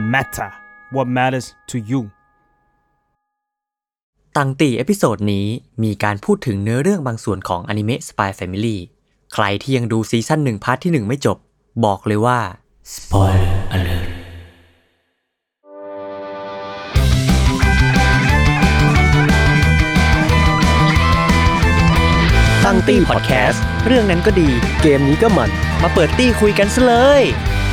matter what matters to you ตั้งตีเอพิโซดนี้มีการพูดถึงเนื้อเรื่องบางส่วนของอนิเมะ Spy Family ใครที่ยังดูซีซั่น1พาร์ทที่1ไม่จบบอกเลยว่า Spoiler alert ตั้งตี้พอดแคสต์เรื่องนั้นก็ดีเกมนี้ก็มันมาเปิดตี้คุยกันซะเลย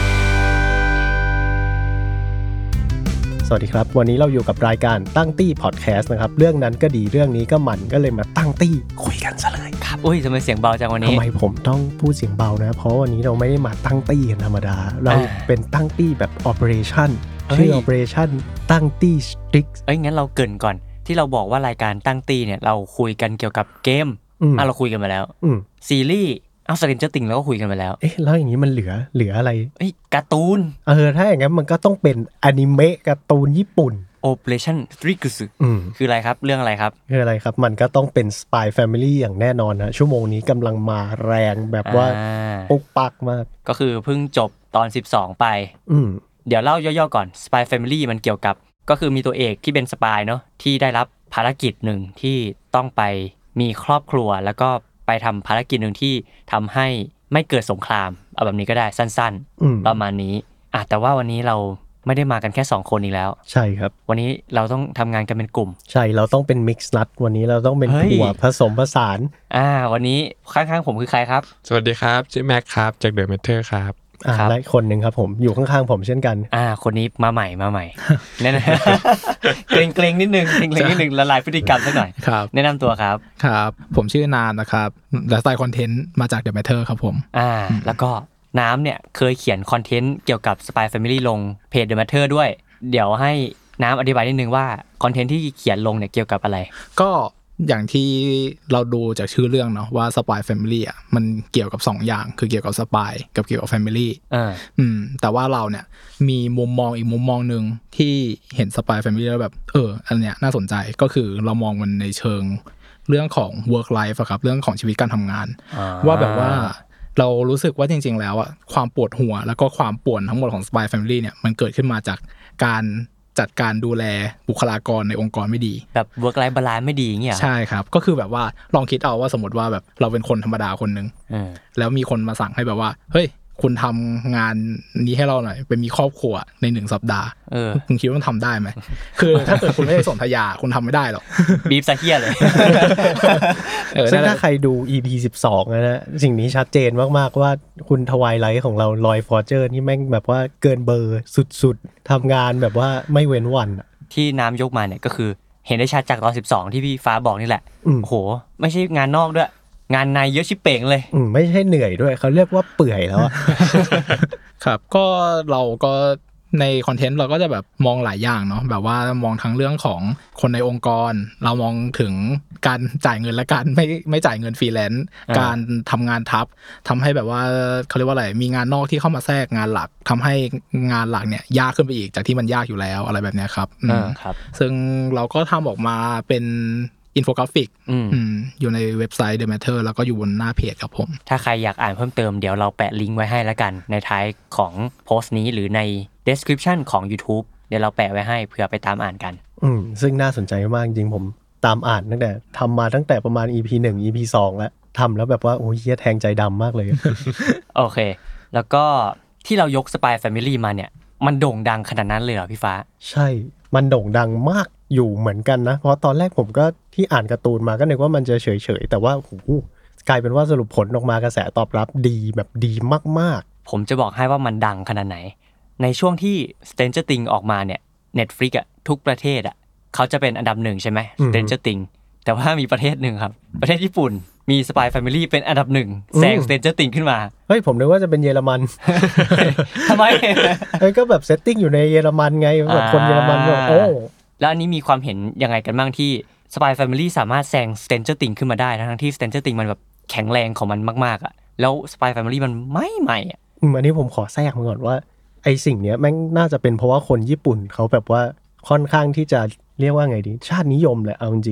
สวัสดีครับวันนี้เราอยู่กับรายการตั้งตี้พอดแคสต์นะครับเรื่องนั้นก็ดีเรื่องนี้ก็มันก็เลยมาตั้งตี้คุยกันซะเลยครับอุ้ยทำไมเสียงเบาจังวันนี้ทำไมผมต้องพูดเสียงเบานะเพราะวันนี้เราไม่ได้มาตั้งตี้กันธรรมดาเราเป็นตั้งตี้แบบ Operation ชื่อ Operation ตั้งตี้ Strict งั้นเราเกริ่นก่อนที่เราบอกว่ารายการตั้งตี้เนี่ยเราคุยกันเกี่ยวกับเกมเราคุยกันมาแล้วซีรีส์Stranger Things แล้วก็คุยกันไปแล้วแล้วอย่างนี้มันเหลืออะไรการ์ตูนถ้าอย่างงั้นมันก็ต้องเป็นอนิเมะการ์ตูนญี่ปุ่น Operation Trigun คืออะไรครับเรื่องอะไรครับคืออะไรครับมันก็ต้องเป็น Spy Family อย่างแน่นอนนะชั่วโมงนี้กำลังมาแรงแบบว่าปุ๊กปักมากก็คือเพิ่งจบตอน12ไปเดี๋ยวเล่าย่อๆก่อน Spy Family มันเกี่ยวกับก็คือมีตัวเอกที่เป็นสปายเนาะที่ได้รับภารกิจหนึ่งที่ต้องไปมีครอบครัวแล้วก็ไปทำภารกิจหนึ่งที่ทำให้ไม่เกิดสงครามเอาแบบนี้ก็ได้สั้นๆประมาณนี้แต่ว่าวันนี้เราไม่ได้มากันแค่2คนอีกแล้วใช่ครับวันนี้เราต้องทำงานกันเป็นกลุ่มใช่เราต้องเป็นมิกซ์นัทวันนี้เราต้องเป็นถั่วผสมผสานวันนี้ข้างๆผมคือใครครับสวัสดีครับชื่อแม็กครับจาก The Matter ครับและคนหนึ่งครับผมอยู่ข้างๆผมเช่นกันคนนี้มาใหม่แนะนำเกรงนิดนึงละลายพฤติกรรมสักหน่อยแนะนำตัวครับครับผมชื่อนามนะครับและสไตล์คอนเทนต์มาจาก The Matter ครับผมแล้วก็น้ำเนี่ยเคยเขียนคอนเทนต์เกี่ยวกับ Spy Family ลงเพจ The Matter ด้วยเดี๋ยวให้น้ำอธิบายนิดนึงว่าคอนเทนต์ที่เขียนลงเนี่ยเกี่ยวกับอะไรก็อย่างที่เราดูจากชื่อเรื่องเนาะว่า Spy Family มันเกี่ยวกับ2อย่างคือเกี่ยวกับ Spy กับเกี่ยวกับ Family แต่ว่าเราเนี่ยมีมุมมองอีกมุมมองนึงที่เห็น Spy Family แล้วแบบอันเนี้ยน่าสนใจก็คือเรามองมันในเชิงเรื่องของ work life ครับเรื่องของชีวิตการทำงานว่าแบบว่าเรารู้สึกว่าจริงๆแล้วความปวดหัวแล้วก็ความป่วนทั้งหมดของ Spy Family เนี่ยมันเกิดขึ้นมาจากการจัดการดูแลบุคลากรในองค์กรไม่ดีแบบ work life balance ไม่ดีอย่างเงี้ยใช่ครับก็คือแบบว่าลองคิดเอาว่าสมมติว่าแบบเราเป็นคนธรรมดาคนนึงแล้วมีคนมาสั่งให้แบบว่าเฮ้ยคุณทำงานนี้ให้เราหน่อยไปมีครอบครัวใน1สัปดาห์คุณคิดว่ามันทำได้ไหมคือถ้าเกิดคุณไม่ได้สนธยาคุณทำไม่ได้หรอกบีบซะเหี้ยเลยซึ่งถ้าใครดู EP 12นะสิ่งนี้ชัดเจนมากๆว่าคุณทวายไลท์ของเราลอยฟอร์เจอร์นี่แม่งแบบว่าเกินเบอร์สุดๆทำงานแบบว่าไม่เว้นวันที่น้ำยกมาเนี่ยก็คือเห็นได้ชัดจากตอน12ที่พี่ฟ้าบอกนี่แหละโหไม่ใช่งานนอกด้วยงานในเยอะชิบเป่งเลยไม่ใช่เหนื่อยด้วยเขาเรียกว่าเปื่อยแล้วครับก็เราก็ในคอนเทนต์เราก็จะแบบมองหลายอย่างเนาะแบบว่ามองทั้งเรื่องของคนในองค์กรเรามองถึงการจ่ายเงินและการไม่จ่ายเงินฟรีแลนซ์การทำงานทับทำให้แบบว่าเขาเรียกว่าอะไรมีงานนอกที่เข้ามาแทรกงานหลักทำให้งานหลักเนี่ยยากขึ้นไปอีกจากที่มันยากอยู่แล้วอะไรแบบนี้ครับซึ่งเราก็ทำออกมาเป็นอินโฟกราฟิกอยู่ในเว็บไซต์ The Matter แล้วก็อยู่บนหน้าเพจครับผมถ้าใครอยากอ่านเพิ่มเติมเดี๋ยวเราแปะลิงก์ไว้ให้แล้วกันในท้ายของโพสต์นี้หรือใน description ของ YouTube เดี๋ยวเราแปะไว้ให้เผื่อไปตามอ่านกันซึ่งน่าสนใจมากจริงผมตามอ่านตั้งแต่ทำมาตั้งแต่ประมาณ EP 1 EP 2แล้วทำแล้วแบบว่าโอ้ยเหี้ยแทงใจดำมากเลยโอเคแล้วก็ที่เรายก Spy Family มาเนี่ยมันโด่งดังขนาดนั้นเลยเหรอพี่ฟ้าใช่มันโด่งดังมากอยู่เหมือนกันนะเพราะตอนแรกผมก็ที่อ่านการ์ตูนมาก็นึกว่ามันจะเฉยๆแต่ว่าโหกลายเป็นว่าสรุปผลออกมากระแสตอบรับดีแบบดีมากๆผมจะบอกให้ว่ามันดังขนาดไหนในช่วงที่ Stranger Things ออกมาเนี่ย Netflix ทุกประเทศเขาจะเป็นอันดับ1ใช่ไหม Stranger Things แต่ว่ามีประเทศหนึ่งครับประเทศญี่ปุ่นมี Spy Family เป็นอันดับ1แซง Stranger Things ขึ้นมาเฮ้ยผมนึกว่าจะเป็นเยอรมันทำไมก็แบบเซตติ้งอยู่ในเยอรมันไงแบบคนเยอรมันแบบโอ้แล้วอันนี้มีความเห็นยังไงกันบ้างที่ Spy Family สามารถแซง Stranger Things ขึ้นมาได้ทั้งที่ Stranger Things มันแบบแข็งแรงของมันมากๆแล้ว Spy Family มันไม่ใหม่อันนี้ผมขอแทรกมาก่อนว่าไอ้สิ่งเนี้ยแม่งน่าจะเป็นเพราะว่าคนญี่ปุ่นเขาแบบว่าค่อนข้างที่จะเรียกว่าไงดีชาตินิยมแหละเอาจริงๆ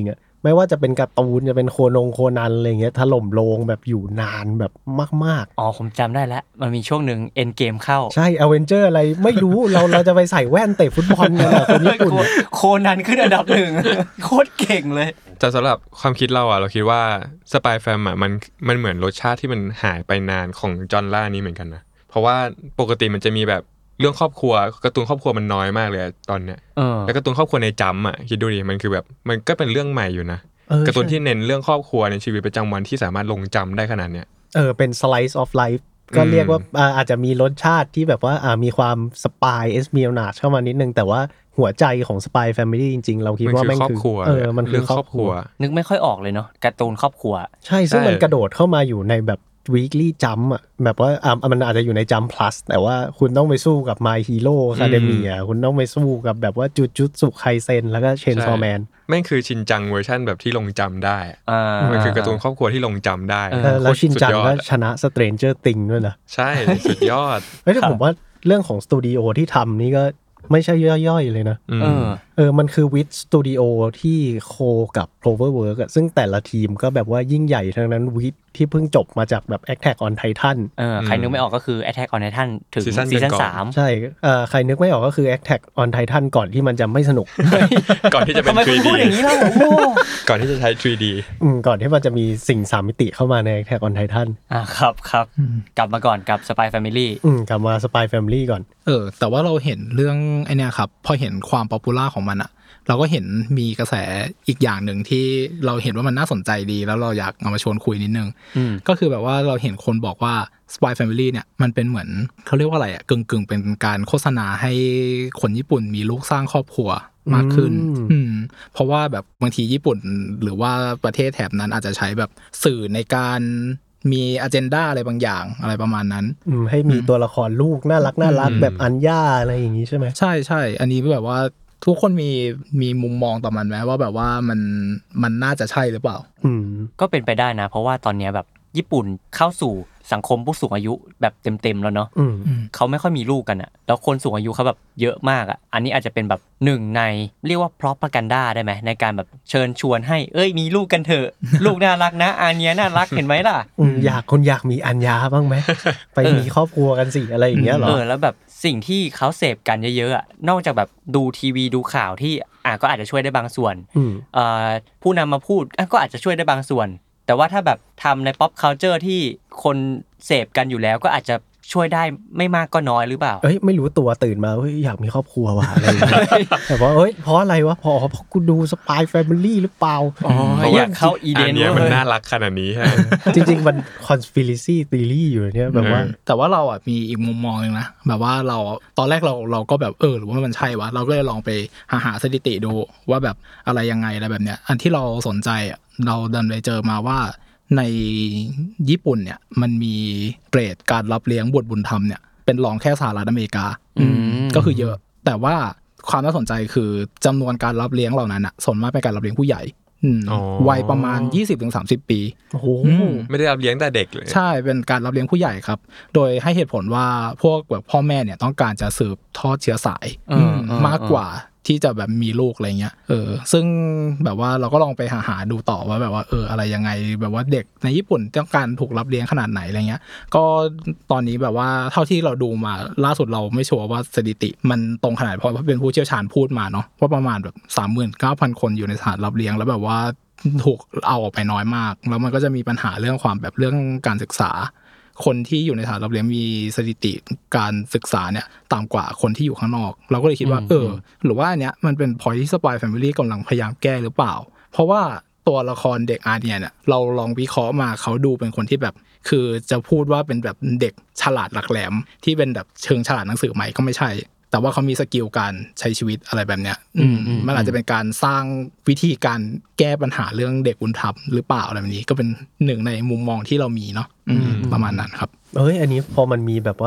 ไม่ว่าจะเป็นการ์ตูนจะเป็นโคนันอะไรเงี้ยถล่มโรงแบบอยู่นานแบบมากๆอ๋อผมจำได้แล้วมันมีช่วงนึงเอ็นเกมเข้าใช่อเวนเจอร์อะไรไม่รู้เราจะไปใส่แว่นเตะฟุตบอลกันคนญี่ปุ่นโคนันขึ้นอันดับ1โคตรเก่งเลยแต่สำหรับความคิดเราเราคิดว่าสปายแฟมมันเหมือนรสชาติที่มันหายไปนานของจอห์นล่านี้เหมือนกันนะเพราะว่าปกติมันจะมีแบบเรื่องครอบครัวการ์ตูนครอบครัวมันน้อยมากเลยตอนเนี้ยแล้วการ์ตูนครอบครัวในจัมป์คิดดูดิมันคือแบบมันก็เป็นเรื่องใหม่อยู่นะการ์ตูนที่เน้นเรื่องครอบครัวในชีวิตประจำวันที่สามารถลงจำได้ขนาดเนี้ยเป็น slice of life ก็เรียกว่าอาจจะมีรสชาติที่แบบว่ามีความสปายเอสเมียนาชเข้ามานิดนึงแต่ว่าหัวใจของสปายแฟมิลี่จริงๆเราคิดว่าแม่งคือมันคือครอบครัวนึกไม่ค่อยออกเลยเนาะการ์ตูนครอบครัวใช่ซึ่งมันกระโดดเข้ามาอยู่ในแบบ weekly jump แบบว่ามันอาจจะอยู่ใน jump plus แต่ว่าคุณต้องไปสู้กับ My Hero Academia คุณต้องไปสู้กับแบบว่าJujutsu Kaisen แล้วก็ Chainsaw Man แม่งคือชินจังเวอร์ชั่นแบบที่ลงจำได้มันคือการ์ตูนครอบครัวที่ลงจำได้แล้วชินจังก็ชนะ Stranger Things ด้วยนะใช่สุดยอดแต่ผมว่าเรื่องของสตูดิโอที่ทำนี่ก็ไม่ใช่ย่อยๆเลยนะมันคือวิทสตูดิโอที่โคกับ Cloverworks ซึ่งแต่ละทีมก็แบบว่ายิ่งใหญ่ทั้งนั้นวิทที่เพิ่งจบมาจากแบบ Attack on Titan ใครนึกไม่ออกก็คือ Attack on Titan ถึงซีซั่น3 ใช่ใครนึกไม่ออกก็คือ Attack on Titan ก่อนที่มันจะไม่สนุกก่อนที่จะเป็น 3D พูดอย่างนี้แล้วก่อนที่จะใช้ 3D ก่อนที่มันจะมีสิ่ง3มิติเข้ามาใน Attack on Titan ครับกลับมาก่อนกับ Spy Family กลับมา Spy Family ก่อนแต่ว่าเราเห็นเรื่องไอ้นี่ครับพอเห็นความป๊อปปูล่าของมันเราก็เห็นมีกระแสอีกอย่างหนึ่งที่เราเห็นว่ามันน่าสนใจดีแล้วเราอยากเอามาชวนคุยนิดนึงก็คือแบบว่าเราเห็นคนบอกว่า Spy Family เนี่ยมันเป็นเหมือนเขาเรียกว่าอะไรกึ่งเป็นการโฆษณาให้คนญี่ปุ่นมีลูกสร้างครอบครัวมากขึ้นเพราะว่าแบบบางทีญี่ปุ่นหรือว่าประเทศแถบนั้นอาจจะใช้แบบสื่อในการมีอเจนดาอะไรบางอย่างอะไรประมาณนั้นให้มีตัวละครลูกน่ารักแบบอัญญาอะไรอย่างนี้ใช่ไหมใช่อันนี้แบบว่าทุกคนมีมุมมองต่อมันไหมว่าแบบว่ามันน่าจะใช่หรือเปล่าก็เป็นไปได้นะเพราะว่าตอนนี้แบบญี่ปุ่นเข้าสู่สังคมผู้สูงอายุแบบเต็มๆแล้วเนาะเขาไม่ค่อยมีลูกกันแล้วคนสูงอายุเขาแบบเยอะมากอันนี้อาจจะเป็นแบบหนึ่งในเรียกว่าพร็อพกันด้าได้ไหมในการแบบเชิญชวนให้มีลูกกันเถอะ ลูกน่ารักนะอาเนียน่ารักเห็นไหมล่ะอยากมีอัญญาบ้างไหม ไปมีครอบครัวกันสิอะไรอย่างเงี้ยหรอแล้วแบบสิ่งที่เขาเสพกันเยอะๆนอกจากแบบดูทีวีดูข่าวที่ก็อาจจะช่วยได้บางส่วนผู้นำมาพูดก็อาจจะช่วยได้บางส่วนแต่ว่าถ้าแบบทำใน pop culture ที่คนเสพกันอยู่แล้วก็อาจจะช่วยได้ไม่มากก็น้อยหรือเปล่าไม่รู้ตัวตื่นมาอยากมีครอบครัวว่ะอะไรอย่างเงี้ยแต่ว่าเพราะอะไรวะเพราะกูดู Spy Family หรือเปล่าอยากเข้าอีเดนเนี่ยมันน่ารักขนาดนี้ฮะจริงๆมัน conspiracy theory อยู่เนี่ยแบบว่าแต่ว่าเรามีอีกมุมมองนึงนะแบบว่าเราตอนแรกเราก็แบบหรือว่ามันใช่วะเราก็เลยลองไปหาสถิติดูว่าแบบอะไรยังไงอะไรแบบเนี้ยอันที่เราสนใจเราดันไปเจอมาว่าในญี่ปุ่นเนี่ยมันมีเกรดการรับเลี้ยงบุตรบุญธรรมเนี่ยเป็นรองแค่สหรัฐอเมริกาก็คือเยอะแต่ว่าความน่าสนใจคือจำนวนการรับเลี้ยงเหล่านั้นส่วนมากเป็นการรับเลี้ยงผู้ใหญ่วัยประมาณ 20-30 ปีโอ้โหไม่ได้รับเลี้ยงแต่เด็กเลยใช่เป็นการรับเลี้ยงผู้ใหญ่ครับโดยให้เหตุผลว่าพวกแบบพ่อแม่เนี่ยต้องการจะสืบทอดเชื้อสายมากกว่าที่จะแบบมีลูกอะไรเงี้ยซึ่งแบบว่าเราก็ลองไปหาดูต่อว่าแบบว่าอะไรยังไงแบบว่าเด็กในญี่ปุ่นต้องการถูกรับเลี้ยงขนาดไหนอะไรเงี้ยก็ตอนนี้แบบว่าเท่าที่เราดูมาล่าสุดเราไม่ชัวร์ว่าสถิติมันตรงขนาดเพราะเป็นผู้เชี่ยวชาญพูดมาเนาะว่าประมาณแบบ 39,000 คนอยู่ในสถานรับเลี้ยงแล้วแบบว่าถูกเอาออกไปน้อยมากแล้วมันก็จะมีปัญหาเรื่องความแบบเรื่องการศึกษาคนที่อยู่ในสถานรับเลี้ยงมีสถิติการศึกษาเนี่ยต่ำกว่าคนที่อยู่ข้างนอกเราก็เลยคิดว่าหรือว่าอันเนี้ยมันเป็น point ที่ Spy Family กำลังพยายามแก้หรือเปล่าเพราะว่าตัวละครเด็กอาร์เนียเนี่ยเราลองวิเคราะห์มาเขาดูเป็นคนที่แบบคือจะพูดว่าเป็นแบบเด็กฉลาดหลักแหลมที่เป็นแบบเชิงฉลาดหนังสือใหม่ก็ไม่ใช่แต่ว่าเขามีสกิลการใช้ชีวิตอะไรแบบเนี้ยมันอาจจะเป็นการสร้างวิธีการแก้ปัญหาเรื่องเด็กบุญธรรมหรือเปล่าอะไรแบบนี้ก็เป็นหนึ่งในมุมมองที่เรามีเนาะประมาณนั้นครับอันนี้พอมันมีแบบว่า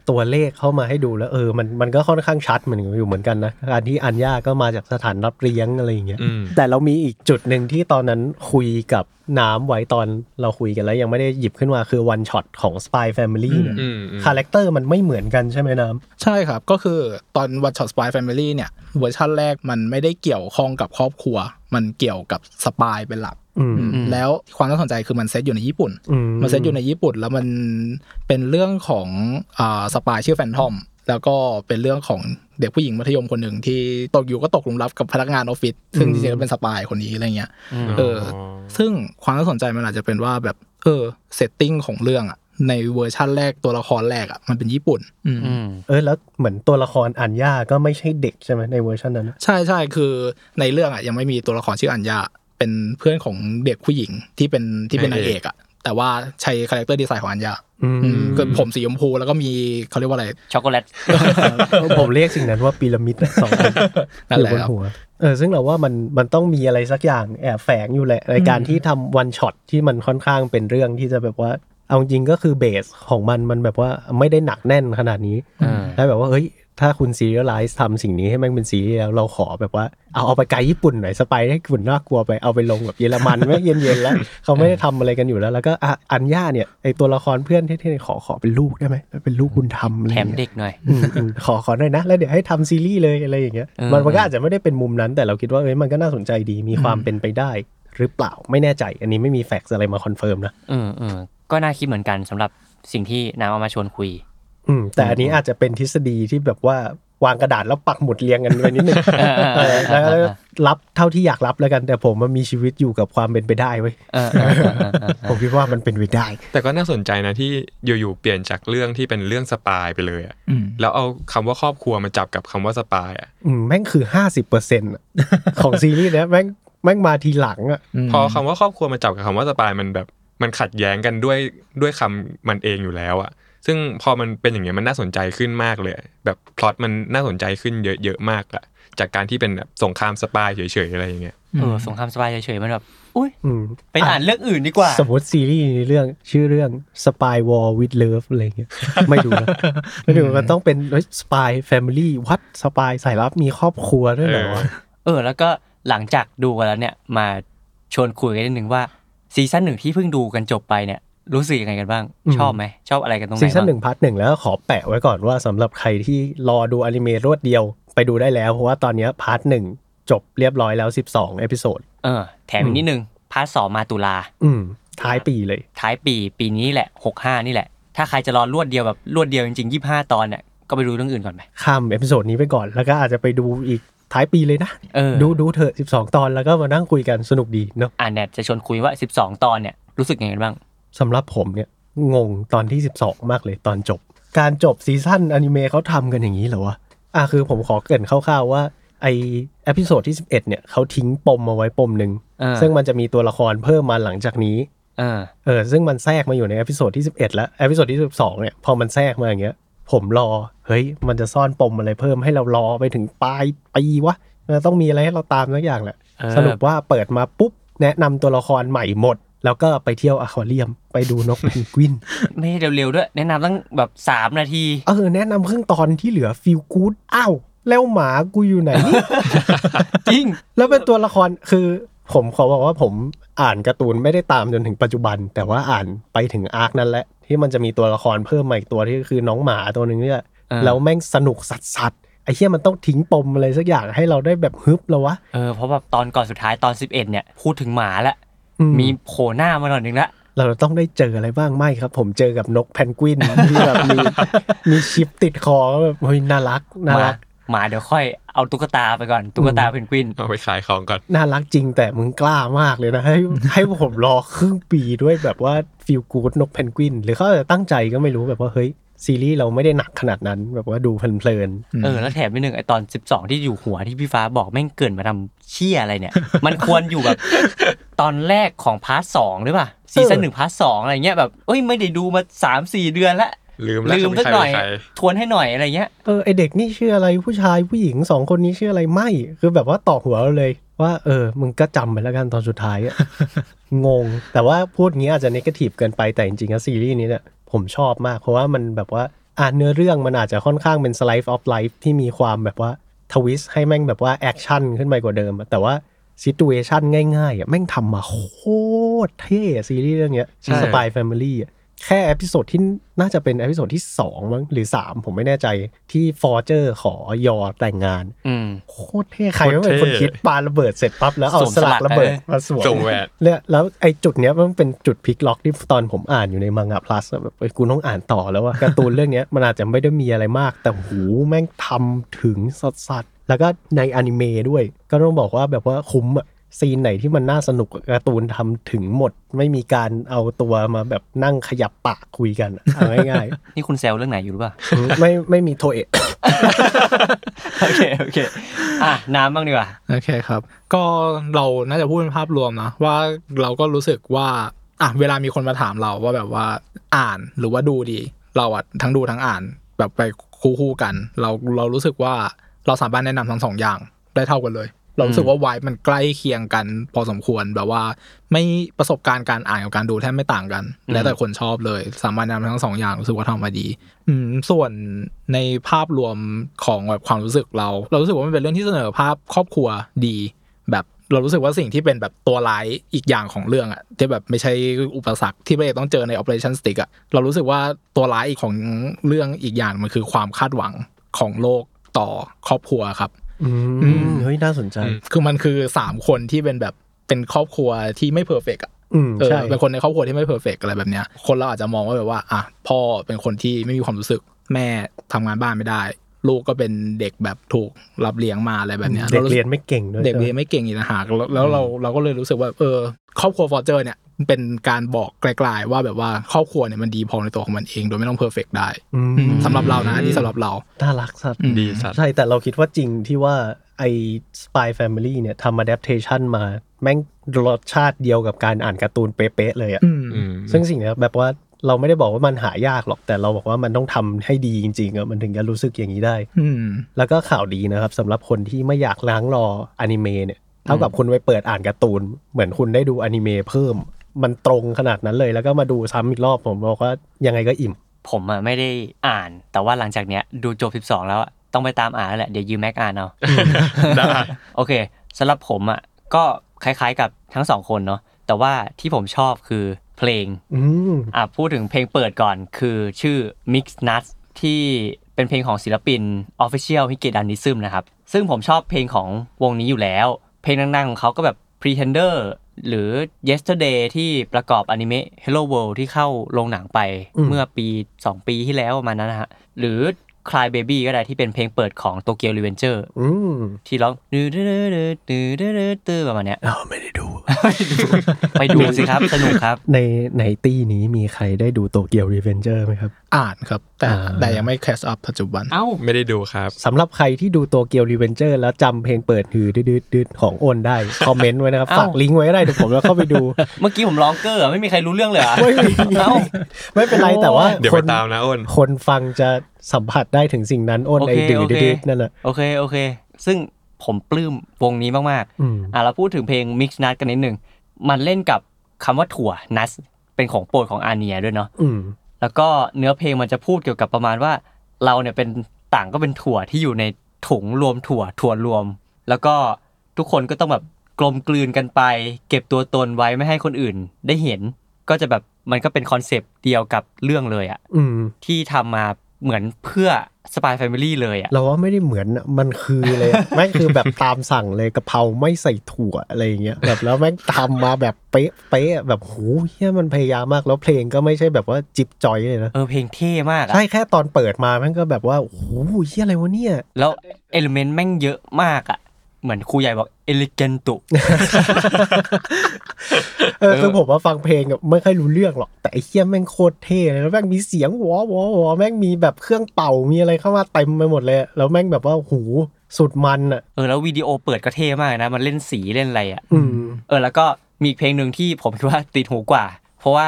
ตัวเลขเข้ามาให้ดูแล้วมันก็ค่อนข้างชัดเหมือนอยู่เหมือนกันนะการที่อัญญาก็มาจากสถานรับเลี้ยงอะไรอย่างเงี้ยแต่เรามีอีกจุดนึงที่ตอนนั้นคุยกับน้ำไว้ตอนเราคุยกันแล้วยังไม่ได้หยิบขึ้นมาคือ one shot ของ Spy Family เนี่ยคาแรคเตอร์มันไม่เหมือนกันใช่ไหมน้ำใช่ครับก็คือตอน one shot Spy Family เนี่ยเวอร์ชันแรกมันไม่ได้เกี่ยวข้องกับครอบครัวมันเกี่ยวกับสปายเป็นหลักแล้วความน่าสนใจคือมันเซตอยู่ในญี่ปุ่นมันเซตอยู่ในญี่ปุ่นแล้วมันเป็นเรื่องของสปายชื่อแฟนทอมแล้วก็เป็นเรื่องของเด็กผู้หญิงมัธยมคนหนึ่งที่ตกหลุมรักกับพนักงานออฟฟิศซึ่งจริงๆเป็นสปายคนนี้อะไรเงี้ยซึ่งความน่าสนใจมันอาจจะเป็นว่าแบบเซตติ้งของเรื่องอ่ะในเวอร์ชั่นแรกตัวละครแรกอ่ะมันเป็นญี่ปุ่นแล้วเหมือนตัวละครอัญญาก็ไม่ใช่เด็กใช่ไหมในเวอร์ชันนั้นใช่ๆคือในเรื่องอ่ะยังไม่มีตัวละครชื่ออัญญาเป็นเพื่อนของเด็กผู้หญิงที่เป็นนางเอกอ่ะแต่ว่าใช้คาแรคเตอร์ดีไซน์ของอัญญาก็ผมสีชมพูแล้วก็มีเขาเรียกว่าอะไรช็อกโกแลตผมเรียกสิ่งนั้นว่าพีระมิด2 อันอยู่บนหัวซึ่งเราว่ามันต้องมีอะไรสักอย่างแอบแฝงอยู่แหละในการที่ทำวันช็อตที่มันค่อนข้างเป็นเรื่องที่จะแบบว่าเอาจริงก็คือเบสของมันแบบว่าไม่ได้หนักแน่นขนาดนี้แล้วแบบว่าเฮ้ยถ้าคุณซีเรียลไลซ์ทำสิ่งนี้ให้มันเป็นซีรีส์แล้วเราขอแบบว่าเอาไปไกลญี่ปุ่นหน่อยสไปให้ญี่ปุ่นน่ากลัวไปเอาไปลงแบบเยอรมันไม่เย็นๆแล้วเขาไม่ได้ทำอะไรกันอยู่แล้วก็อัญญาเนี่ยไอตัวละครเพื่อนที่ขอเป็นลูกได้ไหมเป็นลูกคุณทำอะไรแถมเด็กหน่อยขอหน่อยนะแล้วเดี๋ยวให้ทำซีรีส์เลยอะไรอย่างเงี้ยมันก็อาจจะไม่ได้เป็นมุมนั้นแต่เราคิดว่ามันก็น่าสนใจดีมีความเป็นไปได้หรือเปล่าไม่แน่ใจอันนี้ไม่มีแฟกซ์อะไรมาคอนเฟิร์มนะก็น่าคิดเหมือนกันสำหรับสิ่งที่น้ำเอามาชวนคุยแต่อันนี้อาจจะเป็นทฤษฎีที่แบบว่าวางกระดาษแล้วปักหมุดเรียงกันไปนิดนึงแล้วรับเท่าที่อยากรับแล้วกันแต่ผมมันมีชีวิตอยู่กับความเป็นไปได้เว้ยผมคิดว่ามันเป็นไปได้แต่ก็น่าสนใจนะที่อยู่ๆเปลี่ยนจากเรื่องที่เป็นเรื่องสปายไปเลยอ่ะแล้วเอาคำว่าครอบครัวมาจับกับคำว่าสปายอ่ะแม่งคือ 50% ของซีรีส์เนี้ยแม่งมาทีหลังอ่ะพอคำว่าครอบครัวมาจับกับคำว่าสปายมันแบบมันขัดแย้งกันด้วยคำมันเองอยู่แล้วอ่ะซึ่งพอมันเป็นอย่างเงี้ยมันน่าสนใจขึ้นมากเลยแบบพล็อตมันน่าสนใจขึ้นเยอะๆมากอะจากการที่เป็นแบบสงครามสปายเฉยๆอะไรอย่างเงี้ยสงครามสปายเฉยๆมันแบบอุ้ยไปอ่านเรื่องอื่นดีกว่าสมมติซีรีส์ในเรื่องชื่อเรื่อง Spy War with Love อะไรเงี้ยไม่ดูแล้วไม่ดูมันต้องเป็น Spy Family วัดสปายสายลับมีครอบครัวด้วยเหรอแล้วก็หลังจากดูกันแล้วเนี่ยมาชวนคุยกันนิดนึงว่าซีซั่น1ที่เพิ่งดูกันจบไปเนี่ยรู้สึกยังไงกันบ้างชอบไหมชอบอะไรกันตรงไหนซีซั่น1พาร์ท1แล้วขอแปะไว้ก่อนว่าสำหรับใครที่รอดูอนิเมะรวดเดียวไปดูได้แล้วเพราะว่าตอนนี้พาร์ท1จบเรียบร้อยแล้ว12เอพิโซดแถมอีกนิดนึงพาร์ท2มาตุลาท้ายปีเลยท้ายปีนี้แหละ65นี่แหละถ้าใครจะรอรวดเดียวแบบรวดเดียวจริงๆ25ตอนเนี่ยก็ไปดูเรื่องอื่นก่อนไหมข้ามเอพิโซดนี้ไปก่อนแล้วก็อาจจะไปดูอีกท้ายปีเลยนะดูเถอะ12ตอนแล้วก็มานั่งคุยกันสนุกดีเนาะเนี่ยจะชวนคุยว่า12ตอนเนี่ยรู้สึกยังไงบ้างสำหรับผมเนี่ยงงตอนที่12มากเลยตอนจบการจบซีซั่นอนิเมะเขาทำกันอย่างนี้เหรอวะคือผมขอเกริ่นคร่าวๆว่าไอเอพิโซดที่11เนี่ยเขาทิ้งปมเอาไว้ปมนึงซึ่งมันจะมีตัวละครเพิ่มมาหลังจากนี้ซึ่งมันแทรกมาอยู่ในเอพิโซดที่11แล้วเอพิโซดที่12เนี่ยพอมันแทรกมาอย่างเงี้ยผมรอเฮ้ยมันจะซ่อนปมอะไรเพิ่มให้เรารอไปถึงปลายปีวะมันต้องมีอะไรให้เราตามสักอย่างแหละสรุปว่าเปิดมาปุ๊บแนะนำตัวละครใหม่หมดแล้วก็ไปเที่ยวอควาเรียมไปดูนกเพนกวินไม่เร็วๆด้วยแนะนำตั้งแบบ3นาทีแนะนำครึ่งตอนที่เหลือฟีลกู๊ดแล้วหมากูอยู่ไหนจริงแล้วเป็นตัวละครคือผมขอบอกว่าผมอ่านการ์ตูนไม่ได้ตามจนถึงปัจจุบันแต่ว่าอ่านไปถึงอาร์คนั้นแหละที่มันจะมีตัวละครเพิ่มมาอีกตัวที่คือน้องหมาตัวนึงเนี่ยแล้วแม่งสนุกสัสไอ้เหี้ยมันต้องทิ้งปมอะไรสักอย่างให้เราได้แบบฮึบแล้ววะเพราะแบบตอนก่อนสุดท้ายตอน11เนี่ยพูดถึงหมาแล้วมีโผล่หน้ามาหน่อยนึงละเราต้องได้เจออะไรบ้างไม่ครับผมเจอกับนกเพนกวินที่แบบมีชิปติดคอแบบเฮ้ยน่ารักหมาเดี๋ยวค่อยเอาตุ๊กตาไปก่อนตุ๊กตาเพนกวินเอาไปขายของก่อนน่ารักจริงแต่มึงกล้ามากเลยนะให้ผมรอครึ่งปีด้วยแบบว่าฟีลกู๊ดนกเพนกวินหรือเขาจะตั้งใจก็ไม่รู้แบบว่าเฮ้ยซีรีส์เราไม่ได้หนักขนาดนั้นแบบว่าดูเพลินๆแล้วแถมไปนึงไอตอน12ที่อยู่หัวที่พี่ฟ้าบอกแม่งเกินมาทำเชี่ยอะไรเนี่ย มันควรอยู่แบบตอนแรกของพาร์ท2หรือเปล่าซีซั่น1พาร์ท2อะไรเงี้ยแบบไม่ได้ดูมา 3-4 เดือนละลืมสักหน่อยทวนให้หน่อยอะไรเงี้ยไอเด็กนี่ชื่ออะไรผู้ชายผู้หญิง2คนนี้ชื่ออะไรไม่คือแบบว่าต่อหัวเราเลยว่ามึงก็จำไปแล้วกันตอนสุดท้ายงงแต่ว่าพูดงี้อาจจะเนกาทีฟเกินไปแต่จริงๆแล้วซีรีส์นี้เนี่ยผมชอบมากเพราะว่ามันแบบว่าเนื้อเรื่องมันอาจจะค่อนข้างเป็น slice of life ที่มีความแบบว่าทวิสต์ให้แม่งแบบว่าแอคชั่นขึ้นไปกว่าเดิมแต่ว่าsituation ง่ายๆแม่งทำมาโคตรเท่ซีรีส์เรื่องเนี้ย Spy Family แค่เอพิโซดที่น่าจะเป็นเอพิโซดที่2มั้งหรือ3ผมไม่แน่ใจที่ฟอร์เจอร์ขอยอแต่งงานโคตรเท่ใครว่าเป็นคนคิดปาระเบิดเสร็จปั๊บแล้วเอาสลักระเบิดมาสวมแล้วไอ้จุดเนี้ยมันเป็นจุดพลิกล็อกที่ตอนผมอ่านอยู่ในมังงะ plus แบบกูต้องอ่านต่อแล้วว่าการ์ตูนเรื่องเนี้ยมันอาจจะไม่ได้มีอะไรมากแต่หูแม่งทำถึงสัสๆแล้วก็ในอนิเมะด้วยก็ต้องบอกว่าแบบว่าคุ้มอะซีนไหนที่มันน่าสนุกการ์ตูนทำถึงหมดไม่มีการเอาตัวมาแบบนั่งขยับปากคุยกันเอาง่ายๆ นี่คุณแซวเรื่องไหนอยู่หรือเปล่าไม่มีโทเอะโอเคน้ำบ้างดีกว่าโอเคครับก็เราน่าจะพูดเป็นภาพรวมนะว่าเราก็รู้สึกว่าเวลามีคนมาถามเราว่าแบบว่าอ่านหรือว่าดูดีเราทั้งดูทั้งอ่านแบบไปคู่กันเรารู้สึกว่าเราสามารถแนะนำทั้ง2อย่างได้เท่ากันเลยเรารู้สึกว่าไวท์มันใกล้เคียงกันพอสมควรแบบว่าไม่ประสบการณ์การอ่านกับการดูแทบไม่ต่างกันแล้วแต่คนชอบเลยสามารถนำทั้ง2อย่างรู้สึกว่าทำมาดีส่วนในภาพรวมของแบบความรู้สึกเรารู้สึกว่ามันเป็นเรื่องที่เสนอภาพครอบครัวดีแบบเรารู้สึกว่าสิ่งที่เป็นแบบตัวร้ายอีกอย่างของเรื่องที่แบบไม่ใช่อุปสรรคที่พระเอกต้องเจอใน Operation Stick เรารู้สึกว่าตัวร้ายอีกของเรื่องอีกอย่างมันคือความคาดหวังของโลกต่อครอบครัวครับเฮ้ยน่าสนใจคือมันคือ3คนที่เป็นแบบเป็นครอบครัวที่ไม่เพอร์เฟกต์ใช่เป็นคนในครอบครัวที่ไม่เพอร์เฟกต์อะไรแบบเนี้ยคนเราอาจจะมองว่าแบบว่าพ่อเป็นคนที่ไม่มีความรู้สึกแม่ทำงานบ้านไม่ได้ลูกก็เป็นเด็กแบบถูกรับเลี้ยงมาอะไรแบบเนี้ยเด็กเรียนไม่เก่งด้วยเด็กเรียนไม่เก่งอีกนะฮะแล้วเราก็เลยรู้สึกว่าครอบครัวฟอร์เจอร์เนี่ยเป็นการบอกไกลๆว่าแบบว่าครอบครัวเนี่ยมันดีพอในตัวของมันเองโดยไม่ต้องเพอร์เฟกต์ได้สำหรับเรานะนี่สำหรับเราน่ารักสัตว์ดีสัตว์ใช่แต่เราคิดว่าจริงที่ว่าไอ้ Spy Family เนี่ยทำ adaptation มาแม่งรสชาติเดียวกับการอ่านการ์ตูนเป๊ะๆเลยซึ่งสิ่งนี้แบบว่าเราไม่ได้บอกว่ามันหายากหรอกแต่เราบอกว่ามันต้องทำให้ดีจริงๆมันถึงจะรู้สึกอย่างนี้ได้แล้วก็ข่าวดีนะครับสำหรับคนที่ไม่อยากล้างรออนิเมะเนี่ยเท่ากับคุณไปเปิดอ่านการ์ตูนเหมือนคุณได้ดูอนิเมะเพิ่มมันตรงขนาดนั้นเลยแล้วก็มาดูซ้ำอีกรอบผมบอกว่ายังไงก็อิ่มผมไม่ได้อ่านแต่ว่าหลังจากเนี้ยดูจบ12แล้วต้องไปตามอ่านแล้วแหละเดี๋ยวยืมแม็กอ่านเอาได้โอเคสำหรับผมก็คล้ายๆกับทั้ง2คนเนาะแต่ว่าที่ผมชอบคือเพลงพูดถึงเพลงเปิดก่อนคือชื่อ Mix Nuts ที่เป็นเพลงของศิลปิน Official Higedanisim นะครับซึ่งผมชอบเพลงของวงนี้อยู่แล้วเพลงดังๆของเขาก็แบบ Pretender หรือ Yesterday ที่ประกอบอนิเมะ Hello World ที่เข้าโรงหนังไปเมื่อปี2ปีที่แล้วประมาณนั้นนะฮะหรือCry Baby ก็ได้ที่เป็นเพลงเปิดของ Tokyo Revenger ที่ร้องประมาณเนี้ยไม่ได้ดูไปดูสิครับสนุกครับในตี้นี้มีใครได้ดู Tokyo Revenger ไหมครับอ่านครับแต่ยังไม่ catch up ปัจจุบันไม่ได้ดูครับสำหรับใครที่ดู Tokyo Revenger แล้วจำเพลงเปิดหือดืดๆของโอนได้คอมเมนต์ไว้นะครับฝากลิงก์ไว้ก็ได้เดี๋ยวผมจะเข้าไปดูเมื่อกี้ผมร้องเกอร์ไม่มีใครรู้เรื่องเลยเหรอไม่เป็นไรแต่ว่าเดี๋ยวไปตามนะโอนคนฟังจะสัมผัสได้ถึงสิ่งนั้นโอนไอ้ดื้อๆนั่นแหละโอเคซึ่งผมปลื้มวงนี้มากๆเราพูดถึงเพลง Mix Nuts กันนิดนึงมันเล่นกับคำว่าถั่ว Nuts เป็นของโปรดของอาเนียด้วยเนาะแล้วก็เนื้อเพลงมันจะพูดเกี่ยวกับประมาณว่าเราเนี่ยเป็นต่างก็เป็นถั่วที่อยู่ในถุงรวมถั่วรวมแล้วก็ทุกคนก็ต้องแบบกลมกลืนกันไปเก็บตัวตนไว้ไม่ให้คนอื่นได้เห็นก็จะแบบมันก็เป็นคอนเซปต์เดียวกับเรื่องเลยที่ทำมาเหมือนเพื่อ Spy Family เลยเราว่าไม่ได้เหมือนมันคือเลยแม่งคือแบบตามสั่งเลยกะเพราไม่ใส่ถั่วอะไรอย่างเงี้ยแบบแล้วแม่งทำมาแบบเป๊ะแบบโหเหี้ยมันพยายามมากแล้วเพลงก็ไม่ใช่แบบว่าจิบจอยเลยนะเพลงเท่มากใช่แค่ตอนเปิดมาแม่งก็แบบว่าโหเหี้ยอะไรวะเนี่ยแล้วเอลิเมนต์แม่งเยอะมากเหมือนครูใหญ่บอกเอลิเกนตุคือผมว่าฟังเพลงไม่ค่อยรู้เรื่องหรอกแต่ไอ้เหี้ยแม่งโคตรเท่เลยแล้วแม่งมีเสียงวอแม่งมีแบบเครื่องเป่ามีอะไรเข้ามาเต็มไปหมดเลยแล้วแม่งแบบว่าหูสุดมันแล้ววิดีโอเปิดก็เท่มากนะมันเล่นสีเล่นอะไรแล้วก็มีเพลงนึงที่ผมคิดว่าติดหูกว่าเพราะว่า